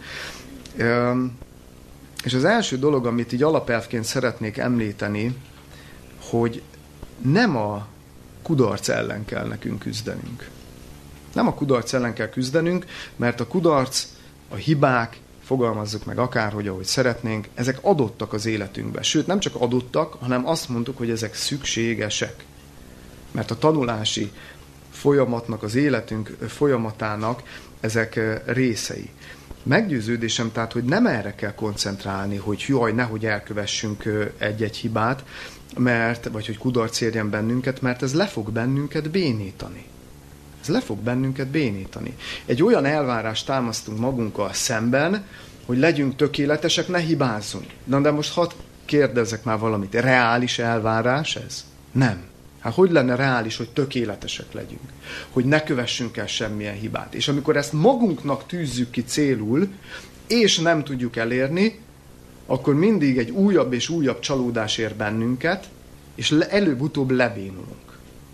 [SPEAKER 1] És az első dolog, amit így alapelvként szeretnék említeni, hogy nem a kudarc ellen kell nekünk küzdenünk. Nem a kudarc ellen kell küzdenünk, mert a kudarc, a hibák, fogalmazzuk meg akárhogy, ahogy szeretnénk, ezek adottak az életünkbe. Sőt, nem csak adottak, hanem azt mondtuk, hogy ezek szükségesek. Mert a tanulási folyamatnak, az életünk folyamatának ezek részei. Meggyőződésem tehát, hogy nem erre kell koncentrálni, hogy jaj, nehogy elkövessünk egy-egy hibát, mert, vagy hogy kudarc érjen bennünket, mert ez le fog bennünket bénítani. Ez le fog bennünket bénítani. Egy olyan elvárást támasztunk magunkkal szemben, hogy legyünk tökéletesek, ne hibázzunk. Na de most hadd kérdezzek már valamit. Reális elvárás ez? Nem. Hát hogy lenne reális, hogy tökéletesek legyünk? Hogy ne kövessünk el semmilyen hibát. És amikor ezt magunknak tűzzük ki célul, és nem tudjuk elérni, akkor mindig egy újabb és újabb csalódás ér bennünket, és előbb-utóbb lebénulunk.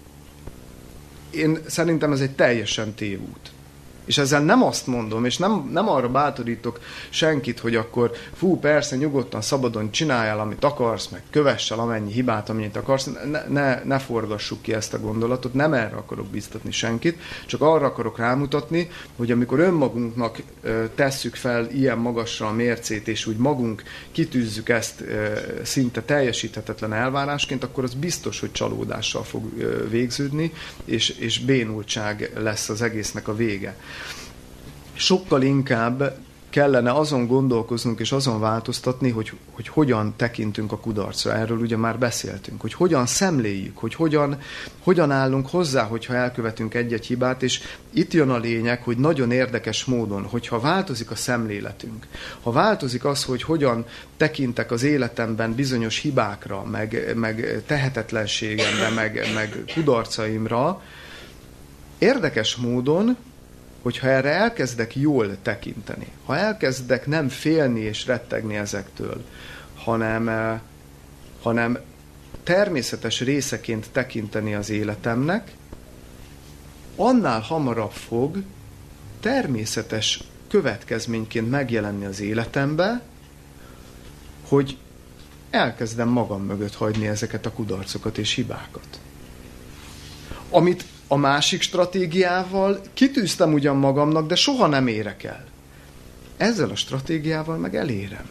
[SPEAKER 1] Én szerintem ez egy teljesen tévút. És ezzel nem azt mondom, és nem, nem arra bátorítok senkit, hogy akkor fú, persze, nyugodtan, szabadon csináljál, amit akarsz, meg kövessel amennyi hibát, amennyit akarsz. Ne, ne, ne forgassuk ki ezt a gondolatot, nem erre akarok biztatni senkit, csak arra akarok rámutatni, hogy amikor önmagunknak ö, tesszük fel ilyen magasra a mércét, és úgy magunk kitűzzük ezt ö, szinte teljesíthetetlen elvárásként, akkor az biztos, hogy csalódással fog ö, végződni, és, és bénultság lesz az egésznek a vége. Sokkal inkább kellene azon gondolkoznunk és azon változtatni, hogy, hogy hogyan tekintünk a kudarcra. Erről ugye már beszéltünk, hogy hogyan szemléljük, hogy hogyan, hogyan állunk hozzá, hogyha elkövetünk egy-egy hibát, és itt jön a lényeg, hogy nagyon érdekes módon, hogyha változik a szemléletünk, ha változik az, hogy hogyan tekintek az életemben bizonyos hibákra, meg, meg tehetetlenségemre, meg, meg kudarcaimra, érdekes módon, hogyha erre elkezdek jól tekinteni, ha elkezdek nem félni és rettegni ezektől, hanem, hanem természetes részeként tekinteni az életemnek, annál hamarabb fog természetes következményként megjelenni az életembe, hogy elkezdem magam mögött hagyni ezeket a kudarcokat és hibákat. Amit a másik stratégiával kitűztem ugyan magamnak, de soha nem érek el. Ezzel a stratégiával meg elérem.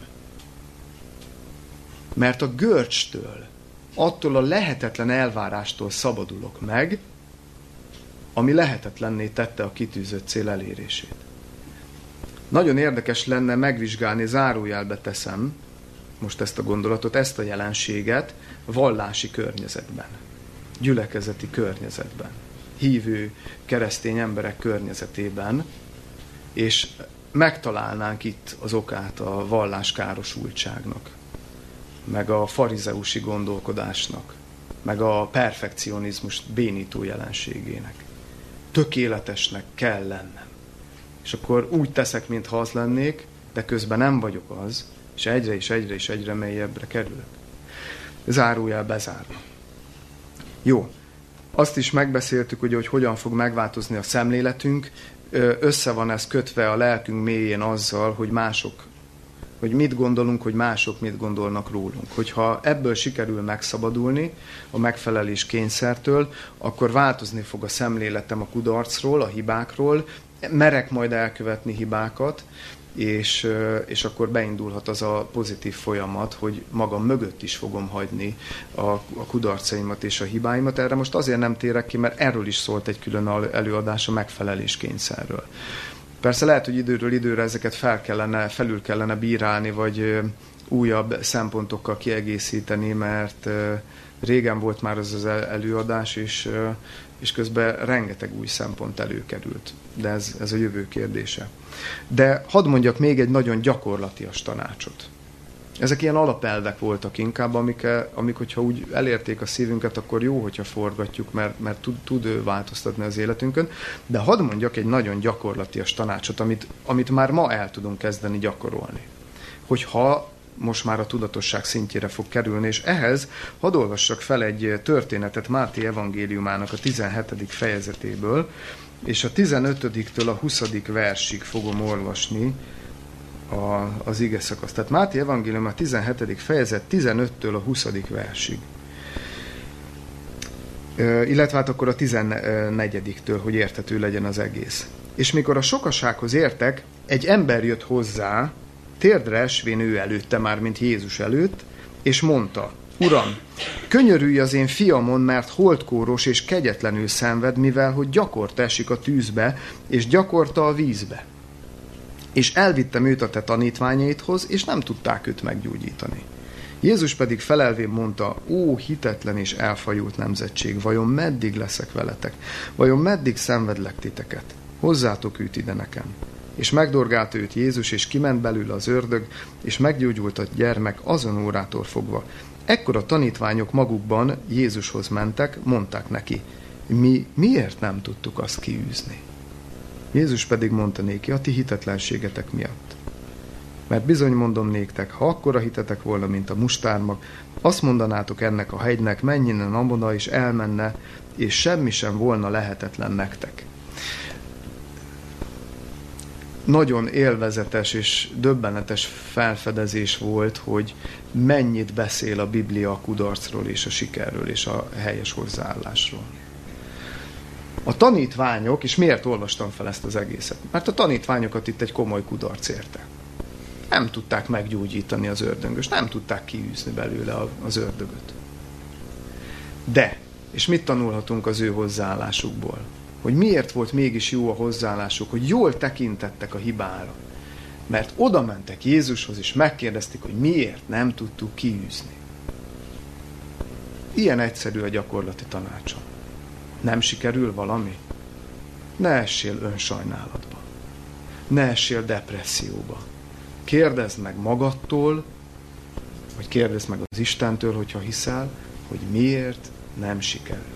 [SPEAKER 1] Mert a görcstől, attól a lehetetlen elvárástól szabadulok meg, ami lehetetlenné tette a kitűzött cél elérését. Nagyon érdekes lenne megvizsgálni, zárójelbe teszem most ezt a gondolatot, ezt a jelenséget vallási környezetben, gyülekezeti környezetben, hívő keresztény emberek környezetében, és megtalálnánk itt az okát a valláskárosultságnak, meg a farizeusi gondolkodásnak, meg a perfekcionizmus bénító jelenségének. Tökéletesnek kell lennem. És akkor úgy teszek, mintha az lennék, de közben nem vagyok az, és egyre és egyre és egyre mélyebbre kerülök. Zárójel bezárva. Jó. Azt is megbeszéltük, ugye, hogy hogyan fog megváltozni a szemléletünk. Össze van ez kötve a lelkünk mélyén azzal, hogy mások, hogy mit gondolunk, hogy mások mit gondolnak rólunk. Hogyha ebből sikerül megszabadulni a megfelelés kényszertől, akkor változni fog a szemléletem a kudarcról, a hibákról, merek majd elkövetni hibákat, és, és akkor beindulhat az a pozitív folyamat, hogy magam mögött is fogom hagyni a, a kudarcaimat és a hibáimat. Erre most azért nem térek ki, mert erről is szólt egy külön előadás, a megfelelés kényszerről. Persze lehet, hogy időről időre ezeket fel kellene, felül kellene bírálni, vagy újabb szempontokkal kiegészíteni, mert régen volt már az az előadás, és, és közben rengeteg új szempont előkerült. De ez, ez a jövő kérdése. De hadd mondjak még egy nagyon gyakorlatias tanácsot. Ezek ilyen alapelvek voltak inkább, amik, amik hogyha úgy elérték a szívünket, akkor jó, hogyha forgatjuk, mert, mert tud, tud ő változtatni az életünkön. De hadd mondjak egy nagyon gyakorlatias tanácsot, amit, amit már ma el tudunk kezdeni gyakorolni. Hogyha most már a tudatosság szintjére fog kerülni, és ehhez hadd olvassak fel egy történetet Máté evangéliumának a tizenhetedik fejezetéből, és a tizenötödiktől a huszadik versig fogom olvasni a, az ige szakasz. Tehát Máté evangélium a tizenhetedik fejezet tizenöttől a huszadik versig. Ö, illetve hát akkor a tizennegyediktől, hogy érthető legyen az egész. És mikor a sokasághoz értek, egy ember jött hozzá, térdre esvén ő előtte már, mint Jézus előtt, és mondta: Uram, könyörülj az én fiamon, mert holdkóros és kegyetlenül szenved, mivel hogy gyakorta esik a tűzbe, és gyakorta a vízbe. És elvittem őt a te tanítványaidhoz, és nem tudták őt meggyógyítani. Jézus pedig felelvén mondta: Ó, hitetlen és elfajult nemzetség, vajon meddig leszek veletek? Vajon meddig szenvedlek titeket? Hozzátok őt ide nekem. És megdorgálta őt Jézus, és kiment belőle az ördög, és meggyógyult a gyermek azon órától fogva. Ekkor a tanítványok magukban Jézushoz mentek, mondták neki: Mi miért nem tudtuk azt kiűzni? Jézus pedig mondta néki: A ti hitetlenségetek miatt. Mert bizony mondom néktek, ha akkora hitetek volna, mint a mustármag, azt mondanátok ennek a hegynek, menj innen amoda, és elmenne, és semmi sem volna lehetetlen nektek. Nagyon élvezetes és döbbenetes felfedezés volt, hogy mennyit beszél a Biblia a kudarcról és a sikerről és a helyes hozzáállásról. A tanítványok, és miért olvastam fel ezt az egészet? Mert a tanítványokat itt egy komoly kudarc érte. Nem tudták meggyógyítani az ördögöst, nem tudták kiűzni belőle az ördögöt. De, és mit tanulhatunk az ő hozzáállásukból? Hogy miért volt mégis jó a hozzáállásuk, hogy jól tekintettek a hibára. Mert oda mentek Jézushoz, és megkérdezték, hogy miért nem tudtuk kiűzni. Ilyen egyszerű a gyakorlati tanácsom. Nem sikerül valami? Ne essél önsajnálatba. Ne essél depresszióba. Kérdezd meg magadtól, vagy kérdezd meg az Istentől, hogyha hiszel, hogy miért nem sikerült.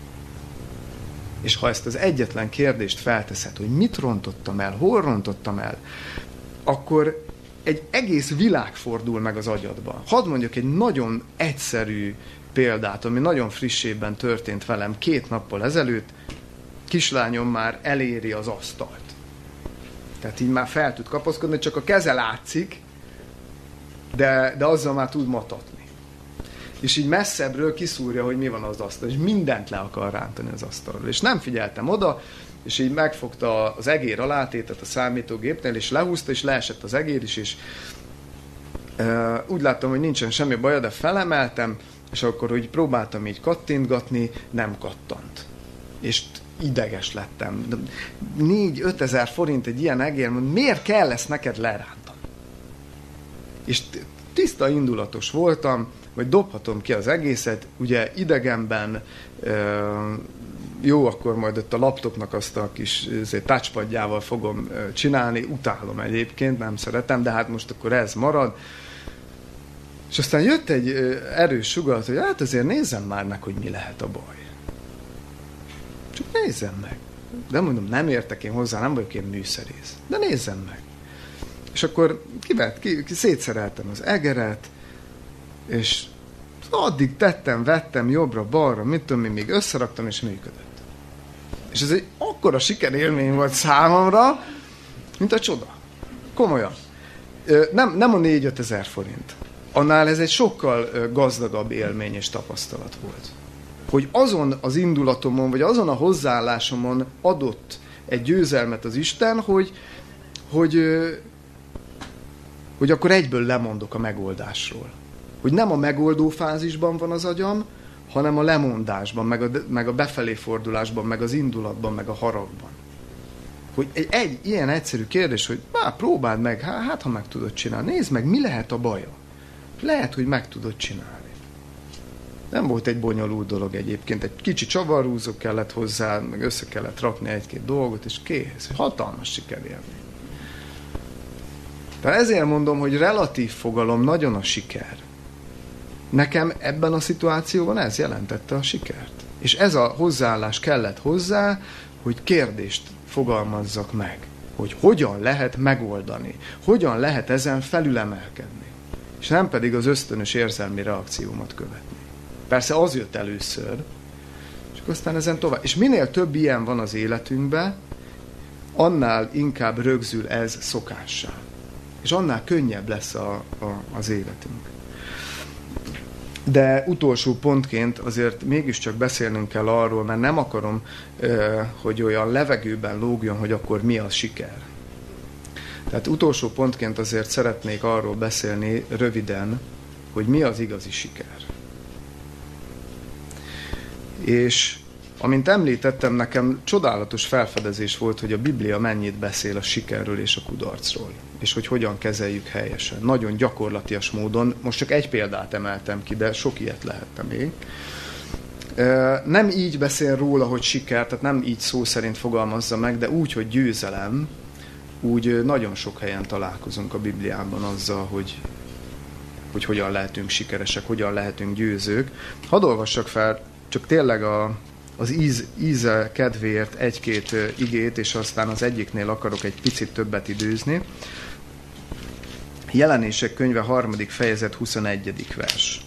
[SPEAKER 1] És ha ezt az egyetlen kérdést felteszed, hogy mit rontottam el, hol rontottam el, akkor egy egész világ fordul meg az agyadban. Hadd mondjak egy nagyon egyszerű példát, ami nagyon frissében történt velem két nappal ezelőtt. Kislányom már eléri az asztalt. Tehát így már fel tud kapaszkodni, csak a keze látszik, de, de azzal már tud matatni. És így messzebbről kiszúrja, hogy mi van az asztal, és mindent le akar rántani az asztalról. És nem figyeltem oda, és így megfogta az egér alátétet a számítógépnél, és lehúzta, és leesett az egér is, és e, úgy láttam, hogy nincsen semmi baja, de felemeltem, és akkor úgy próbáltam így kattintgatni, nem kattant. És ideges lettem. négy-ötezer forint egy ilyen egér, miért kell ezt neked lerántani? És tiszta indulatos voltam, vagy dobhatom ki az egészet, ugye idegenben, jó, akkor majd ott a laptopnak azt a kis touchpadjával fogom csinálni, utálom egyébként, nem szeretem, de hát most akkor ez marad. És aztán jött egy erős sugallat, hogy hát azért nézzem már meg, hogy mi lehet a baj. Csak nézzem meg. De mondom, nem értek én hozzá, nem vagyok én műszerész. De nézzem meg. És akkor kivett, ki, ki szétszereltem az egeret, és addig tettem, vettem jobbra-balra, mit tudom én, még összeraktam, és működött. És ez egy akkora sikerélmény volt számomra, mint a csoda. Komolyan. Nem, nem a négy-öt ezer forint. Annál ez egy sokkal gazdagabb élmény és tapasztalat volt. Hogy azon az indulatomon, vagy azon a hozzáállásomon adott egy győzelmet az Isten, hogy, hogy, hogy akkor egyből lemondok a megoldásról. Hogy nem a megoldó fázisban van az agyam, hanem a lemondásban, meg a, meg a befelé fordulásban, meg az indulatban, meg a haragban. Hogy egy, egy ilyen egyszerű kérdés, hogy már próbáld meg, hát ha meg tudod csinálni, nézd meg, mi lehet a baja. Lehet, hogy meg tudod csinálni. Nem volt egy bonyolult dolog egyébként, egy kicsi csavarhúzó kellett hozzá, meg össze kellett rakni egy-két dolgot, és kész. Hatalmas sikerélmény. Tehát ezért mondom, hogy relatív fogalom nagyon a siker. Nekem ebben a szituációban ez jelentette a sikert. És ez a hozzáállás kellett hozzá, hogy kérdést fogalmazzak meg, hogy hogyan lehet megoldani, hogyan lehet ezen felülemelkedni, és nem pedig az ösztönös érzelmi reakciómat követni. Persze az jött először, és aztán ezen tovább. És minél több ilyen van az életünkben, annál inkább rögzül ez szokássá. És annál könnyebb lesz a, a, az életünk. De utolsó pontként azért mégiscsak beszélnünk kell arról, mert nem akarom, hogy olyan levegőben lógjon, hogy akkor mi az siker. Tehát utolsó pontként azért szeretnék arról beszélni röviden, hogy mi az igazi siker. És amint említettem, nekem csodálatos felfedezés volt, hogy a Biblia mennyit beszél a sikerről és a kudarcról, és hogy hogyan kezeljük helyesen. Nagyon gyakorlatias módon, most csak egy példát emeltem ki, de sok ilyet lehetne még. Nem így beszél róla, hogy siker, tehát nem így szó szerint fogalmazza meg, de úgy, hogy győzelem, úgy nagyon sok helyen találkozunk a Bibliában azzal, hogy, hogy hogyan lehetünk sikeresek, hogyan lehetünk győzők. Hadd olvassak fel csak tényleg a az íz, íze kedvéért egy-két igét, és aztán az egyiknél akarok egy picit többet időzni. Jelenések könyve harmadik fejezet huszonegyedik vers.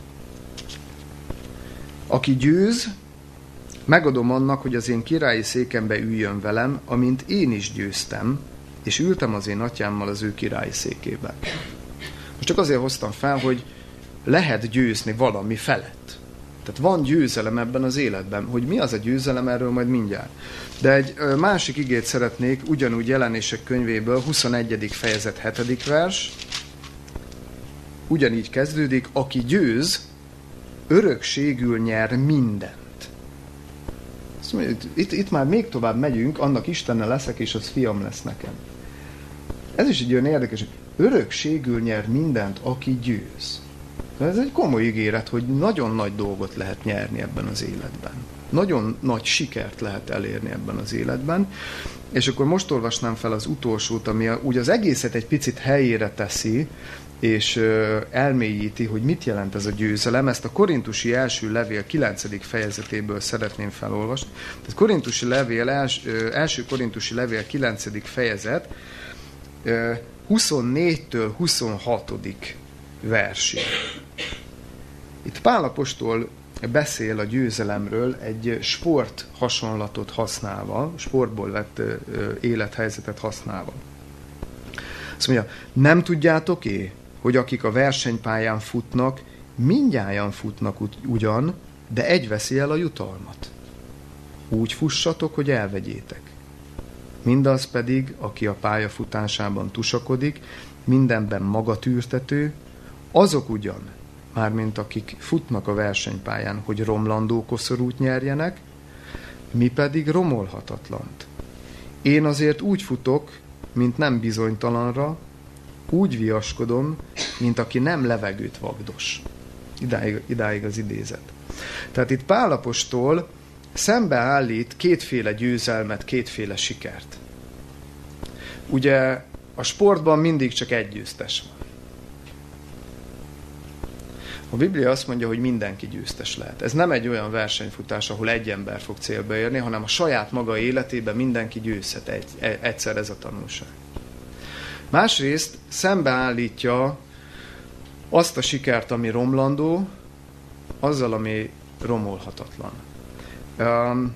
[SPEAKER 1] Aki győz, megadom annak, hogy az én királyi székembe üljön velem, amint én is győztem, és ültem az én atyámmal az ő királyi székében. Most csak azért hoztam fel, hogy lehet győzni valami felett. Tehát van győzelem ebben az életben. Hogy mi az a győzelem, erről majd mindjárt. De egy másik igét szeretnék, ugyanúgy Jelenések könyvéből, huszonegyedik fejezet hetedik vers. Ugyanígy kezdődik, aki győz, örökségül nyer mindent. Azt mondja, itt, itt már még tovább megyünk, annak Istennel leszek, és az fiam lesz nekem. Ez is egy olyan érdekes, hogy örökségül nyer mindent, aki győz. De ez egy komoly ígéret, hogy nagyon nagy dolgot lehet nyerni ebben az életben. Nagyon nagy sikert lehet elérni ebben az életben. És akkor most olvasnám fel az utolsót, ami úgy az egészet egy picit helyére teszi, és elmélyíti, hogy mit jelent ez a győzelem. Ezt a Korintusi első levél kilencedik fejezetéből szeretném felolvasni. Tehát Korintusi levél, első, első Korintusi levél kilencedik fejezet huszonnégytől huszonhatodik versig. Itt Pál apostol beszél a győzelemről egy sport hasonlatot használva, sportból vett élethelyzetet használva. Azt mondja, nem tudjátok-é, hogy akik a versenypályán futnak, mindnyájan futnak ugyan, de egy veszi el a jutalmat. Úgy fussatok, hogy elvegyétek. Mindaz pedig, aki a pályafutásában tusakodik, mindenben magatűrtető, azok ugyan, mármint akik futnak a versenypályán, hogy romlandó koszorút nyerjenek, mi pedig romolhatatlant. Én azért úgy futok, mint nem bizonytalanra, úgy viaskodom, mint aki nem levegőt vagdos. Idáig, idáig az idézet. Tehát itt Pál apostol szembeállít kétféle győzelmet, kétféle sikert. Ugye a sportban mindig csak egy győztes van. A Biblia azt mondja, hogy mindenki győztes lehet. Ez nem egy olyan versenyfutás, ahol egy ember fog célba érni, hanem a saját maga életében mindenki győzhet egy, egyszer, ez a tanulság. Másrészt szembeállítja azt a sikert, ami romlandó, azzal, ami romolhatatlan. Um,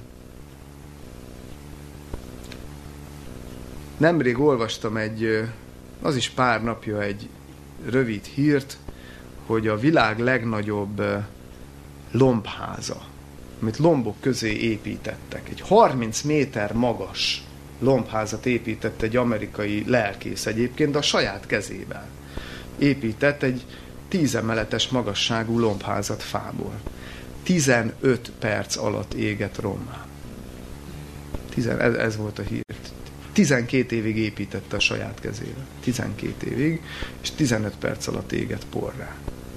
[SPEAKER 1] nemrég olvastam egy, az is pár napja egy rövid hírt, hogy a világ legnagyobb lombháza, amit lombok közé építettek. Egy harminc méter magas lombházat épített egy amerikai lelkész egyébként, de a saját kezével. Épített egy tíz emeletes magasságú lombházat fából. tizenöt perc alatt égett rommá. Tizen, ez, ez volt a hír. tizenkét évig építette a saját kezével. tizenkét évig, és tizenöt perc alatt égett porrá.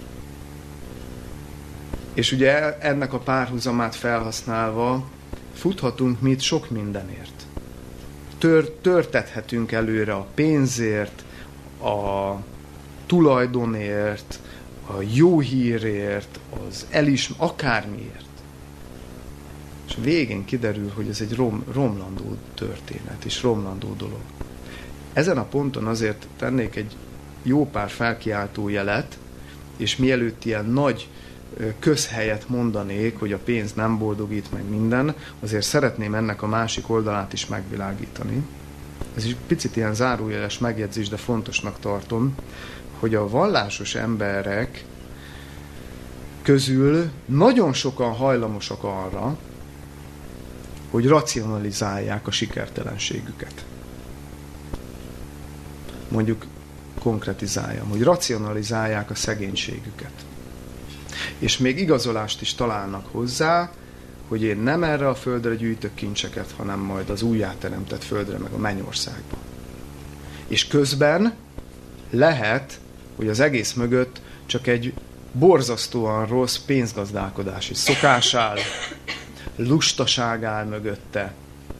[SPEAKER 1] És ugye ennek a párhuzamát felhasználva futhatunk mit sok mindenért. Tör, törtethetünk előre a pénzért, a tulajdonért, a jó hírért, az elism, akármiért. És végén kiderül, hogy ez egy rom, romlandó történet, és romlandó dolog. Ezen a ponton azért tennék egy jó pár felkiáltó jelet, és mielőtt ilyen nagy közhelyet mondanék, hogy a pénz nem boldogít meg minden, azért szeretném ennek a másik oldalát is megvilágítani. Ez is picit ilyen zárójeles megjegyzés, de fontosnak tartom, hogy a vallásos emberek közül nagyon sokan hajlamosak arra, hogy racionalizálják a sikertelenségüket. Mondjuk konkretizáljam, hogy racionalizálják a szegénységüket. És még igazolást is találnak hozzá, hogy én nem erre a földre gyűjtök kincseket, hanem majd az újjáteremtett földre, meg a mennyországba. És közben lehet, hogy az egész mögött csak egy borzasztóan rossz pénzgazdálkodási szokás áll, lustaság áll mögötte.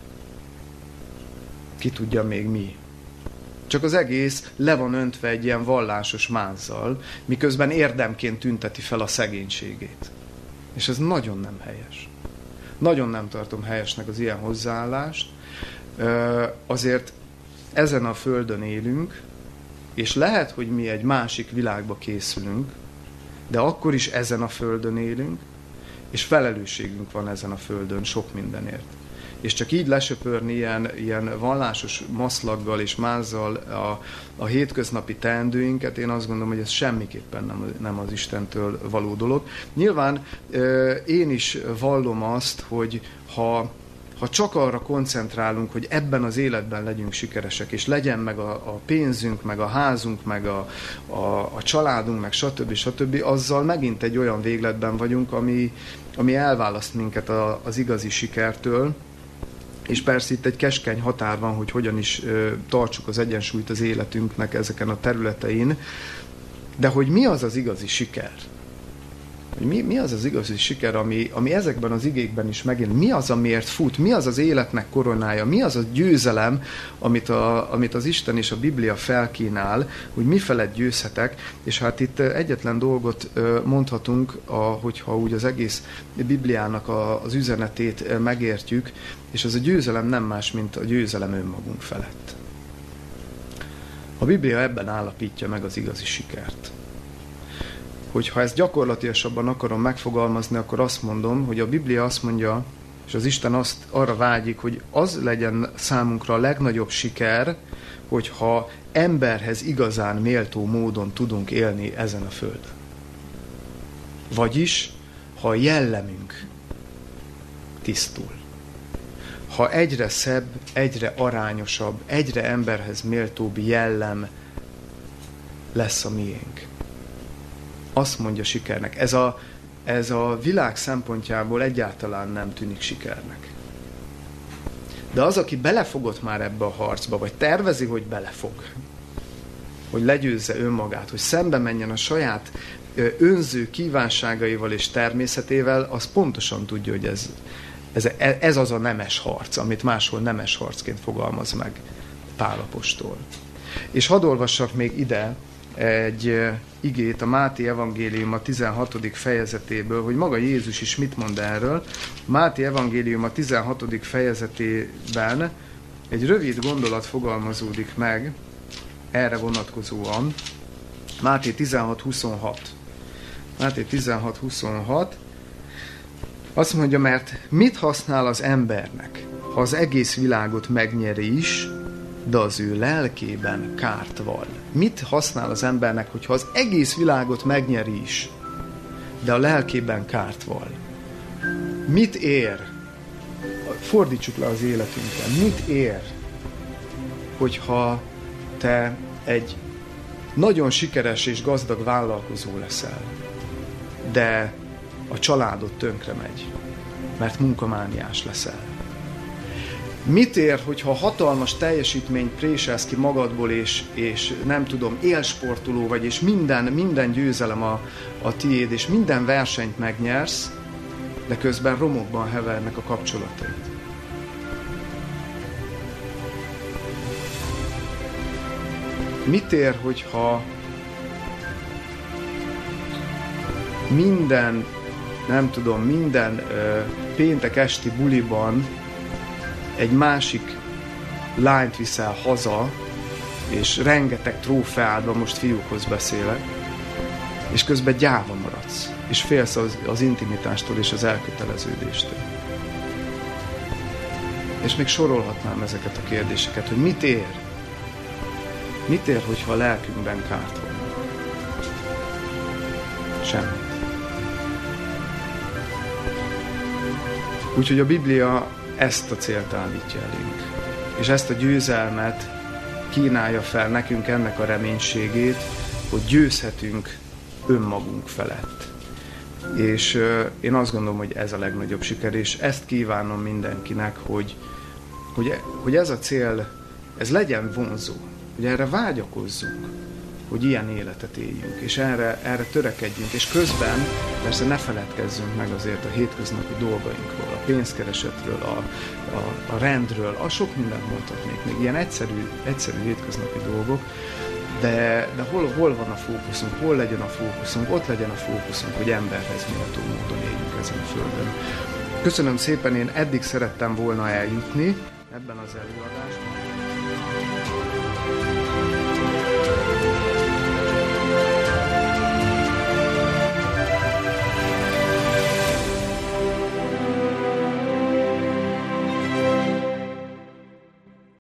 [SPEAKER 1] Ki tudja még mi. Csak az egész le van öntve egy ilyen vallásos mázzal, miközben érdemként tünteti fel a szegénységét. És ez nagyon nem helyes. Nagyon nem tartom helyesnek az ilyen hozzáállást. Azért ezen a földön élünk, és lehet, hogy mi egy másik világba készülünk, de akkor is ezen a földön élünk, és felelősségünk van ezen a földön sok mindenért. És csak így lesöpörni ilyen, ilyen vallásos maszlaggal és mázzal a, a hétköznapi teendőinket, én azt gondolom, hogy ez semmiképpen nem, nem az Istentől való dolog. Nyilván én is vallom azt, hogy ha, ha csak arra koncentrálunk, hogy ebben az életben legyünk sikeresek, és legyen meg a, a pénzünk, meg a házunk, meg a, a, a családunk, meg stb. stb., azzal megint egy olyan végletben vagyunk, ami, ami elválaszt minket a, az igazi sikertől. És persze itt egy keskeny határ van, hogy hogyan is ö, tartsuk az egyensúlyt az életünknek ezeken a területein. De hogy mi az az igazi siker? Hogy mi, mi az az igazi siker, ami, ami ezekben az igékben is megint, mi az, amiért fut, mi az az életnek koronája, mi az a győzelem, amit, a, amit az Isten és a Biblia felkínál, hogy mi felett győzhetek, és hát itt egyetlen dolgot mondhatunk, a, hogyha úgy az egész Bibliának a, az üzenetét megértjük, és az a győzelem nem más, mint a győzelem önmagunk felett. A Biblia ebben állapítja meg az igazi sikert. Hogyha ezt gyakorlatilasabban akarom megfogalmazni, akkor azt mondom, hogy a Biblia azt mondja, és az Isten azt arra vágyik, hogy az legyen számunkra a legnagyobb siker, hogyha emberhez igazán méltó módon tudunk élni ezen a földön. Vagyis, ha a jellemünk tisztul. Ha egyre szebb, egyre arányosabb, egyre emberhez méltóbb jellem lesz a miénk. Azt mondja sikernek. Ez a, ez a világ szempontjából egyáltalán nem tűnik sikernek. De az, aki belefogott már ebbe a harcba, vagy tervezi, hogy belefog, hogy legyőzze önmagát, hogy szembe menjen a saját önző kívánságaival és természetével, az pontosan tudja, hogy ez, ez, ez az a nemes harc, amit máshol nemes harcként fogalmaz meg Pál apostol. És hadd olvassak még ide egy igét a Máté evangélium a tizenhatodik fejezetéből, hogy maga Jézus is mit mond erről. Máté evangélium a tizenhatodik fejezetében egy rövid gondolat fogalmazódik meg erre vonatkozóan. Máté tizenhat huszonhat. Máté tizenhat huszonhat. Azt mondja, mert mit használ az embernek, ha az egész világot megnyeri is, de az ő lelkében kárt val. Mit használ az embernek, hogyha az egész világot megnyeri is, de a lelkében kárt val? Mit ér? Fordítsuk le az életünkben. Mit ér, hogyha te egy nagyon sikeres és gazdag vállalkozó leszel, de a családod tönkre megy, mert munkamániás leszel? Mit ér, hogyha hatalmas teljesítményt préselsz ki magadból, és, és nem tudom, élsportoló vagy, és minden, minden győzelem a, a tiéd, és minden versenyt megnyersz, de közben romokban hevernek a kapcsolataid? Mit ér, hogyha minden, nem tudom, minden ö, péntek esti buliban egy másik lányt viszel haza, és rengeteg trófeádban, most fiúkhoz beszélek, és közben gyáva maradsz, és félsz az, az intimitástól és az elköteleződéstől. És még sorolhatnám ezeket a kérdéseket, hogy mit ér? Mit ér, hogyha a lelkünkben kárt van? Semmit. Úgyhogy a Biblia ezt a célt állítja elénk. És ezt a győzelmet kínálja fel nekünk, ennek a reménységét, hogy győzhetünk önmagunk felett. És euh, én azt gondolom, hogy ez a legnagyobb siker, és ezt kívánom mindenkinek, hogy, hogy, hogy ez a cél, ez legyen vonzó, hogy erre vágyakozzunk, hogy ilyen életet éljünk, és erre, erre törekedjünk, és közben persze ne feledkezzünk meg azért a hétköznapi dolgainkról, a pénzkeresetről, a, a, a rendről, a sok mindent mondhatnék, még ilyen egyszerű, egyszerű hétköznapi dolgok, de, de hol, hol van a fókuszunk, hol legyen a fókuszunk, ott legyen a fókuszunk, hogy emberhez méltó módon éljünk ezen a földön. Köszönöm szépen, én eddig szerettem volna eljutni ebben az előadásban.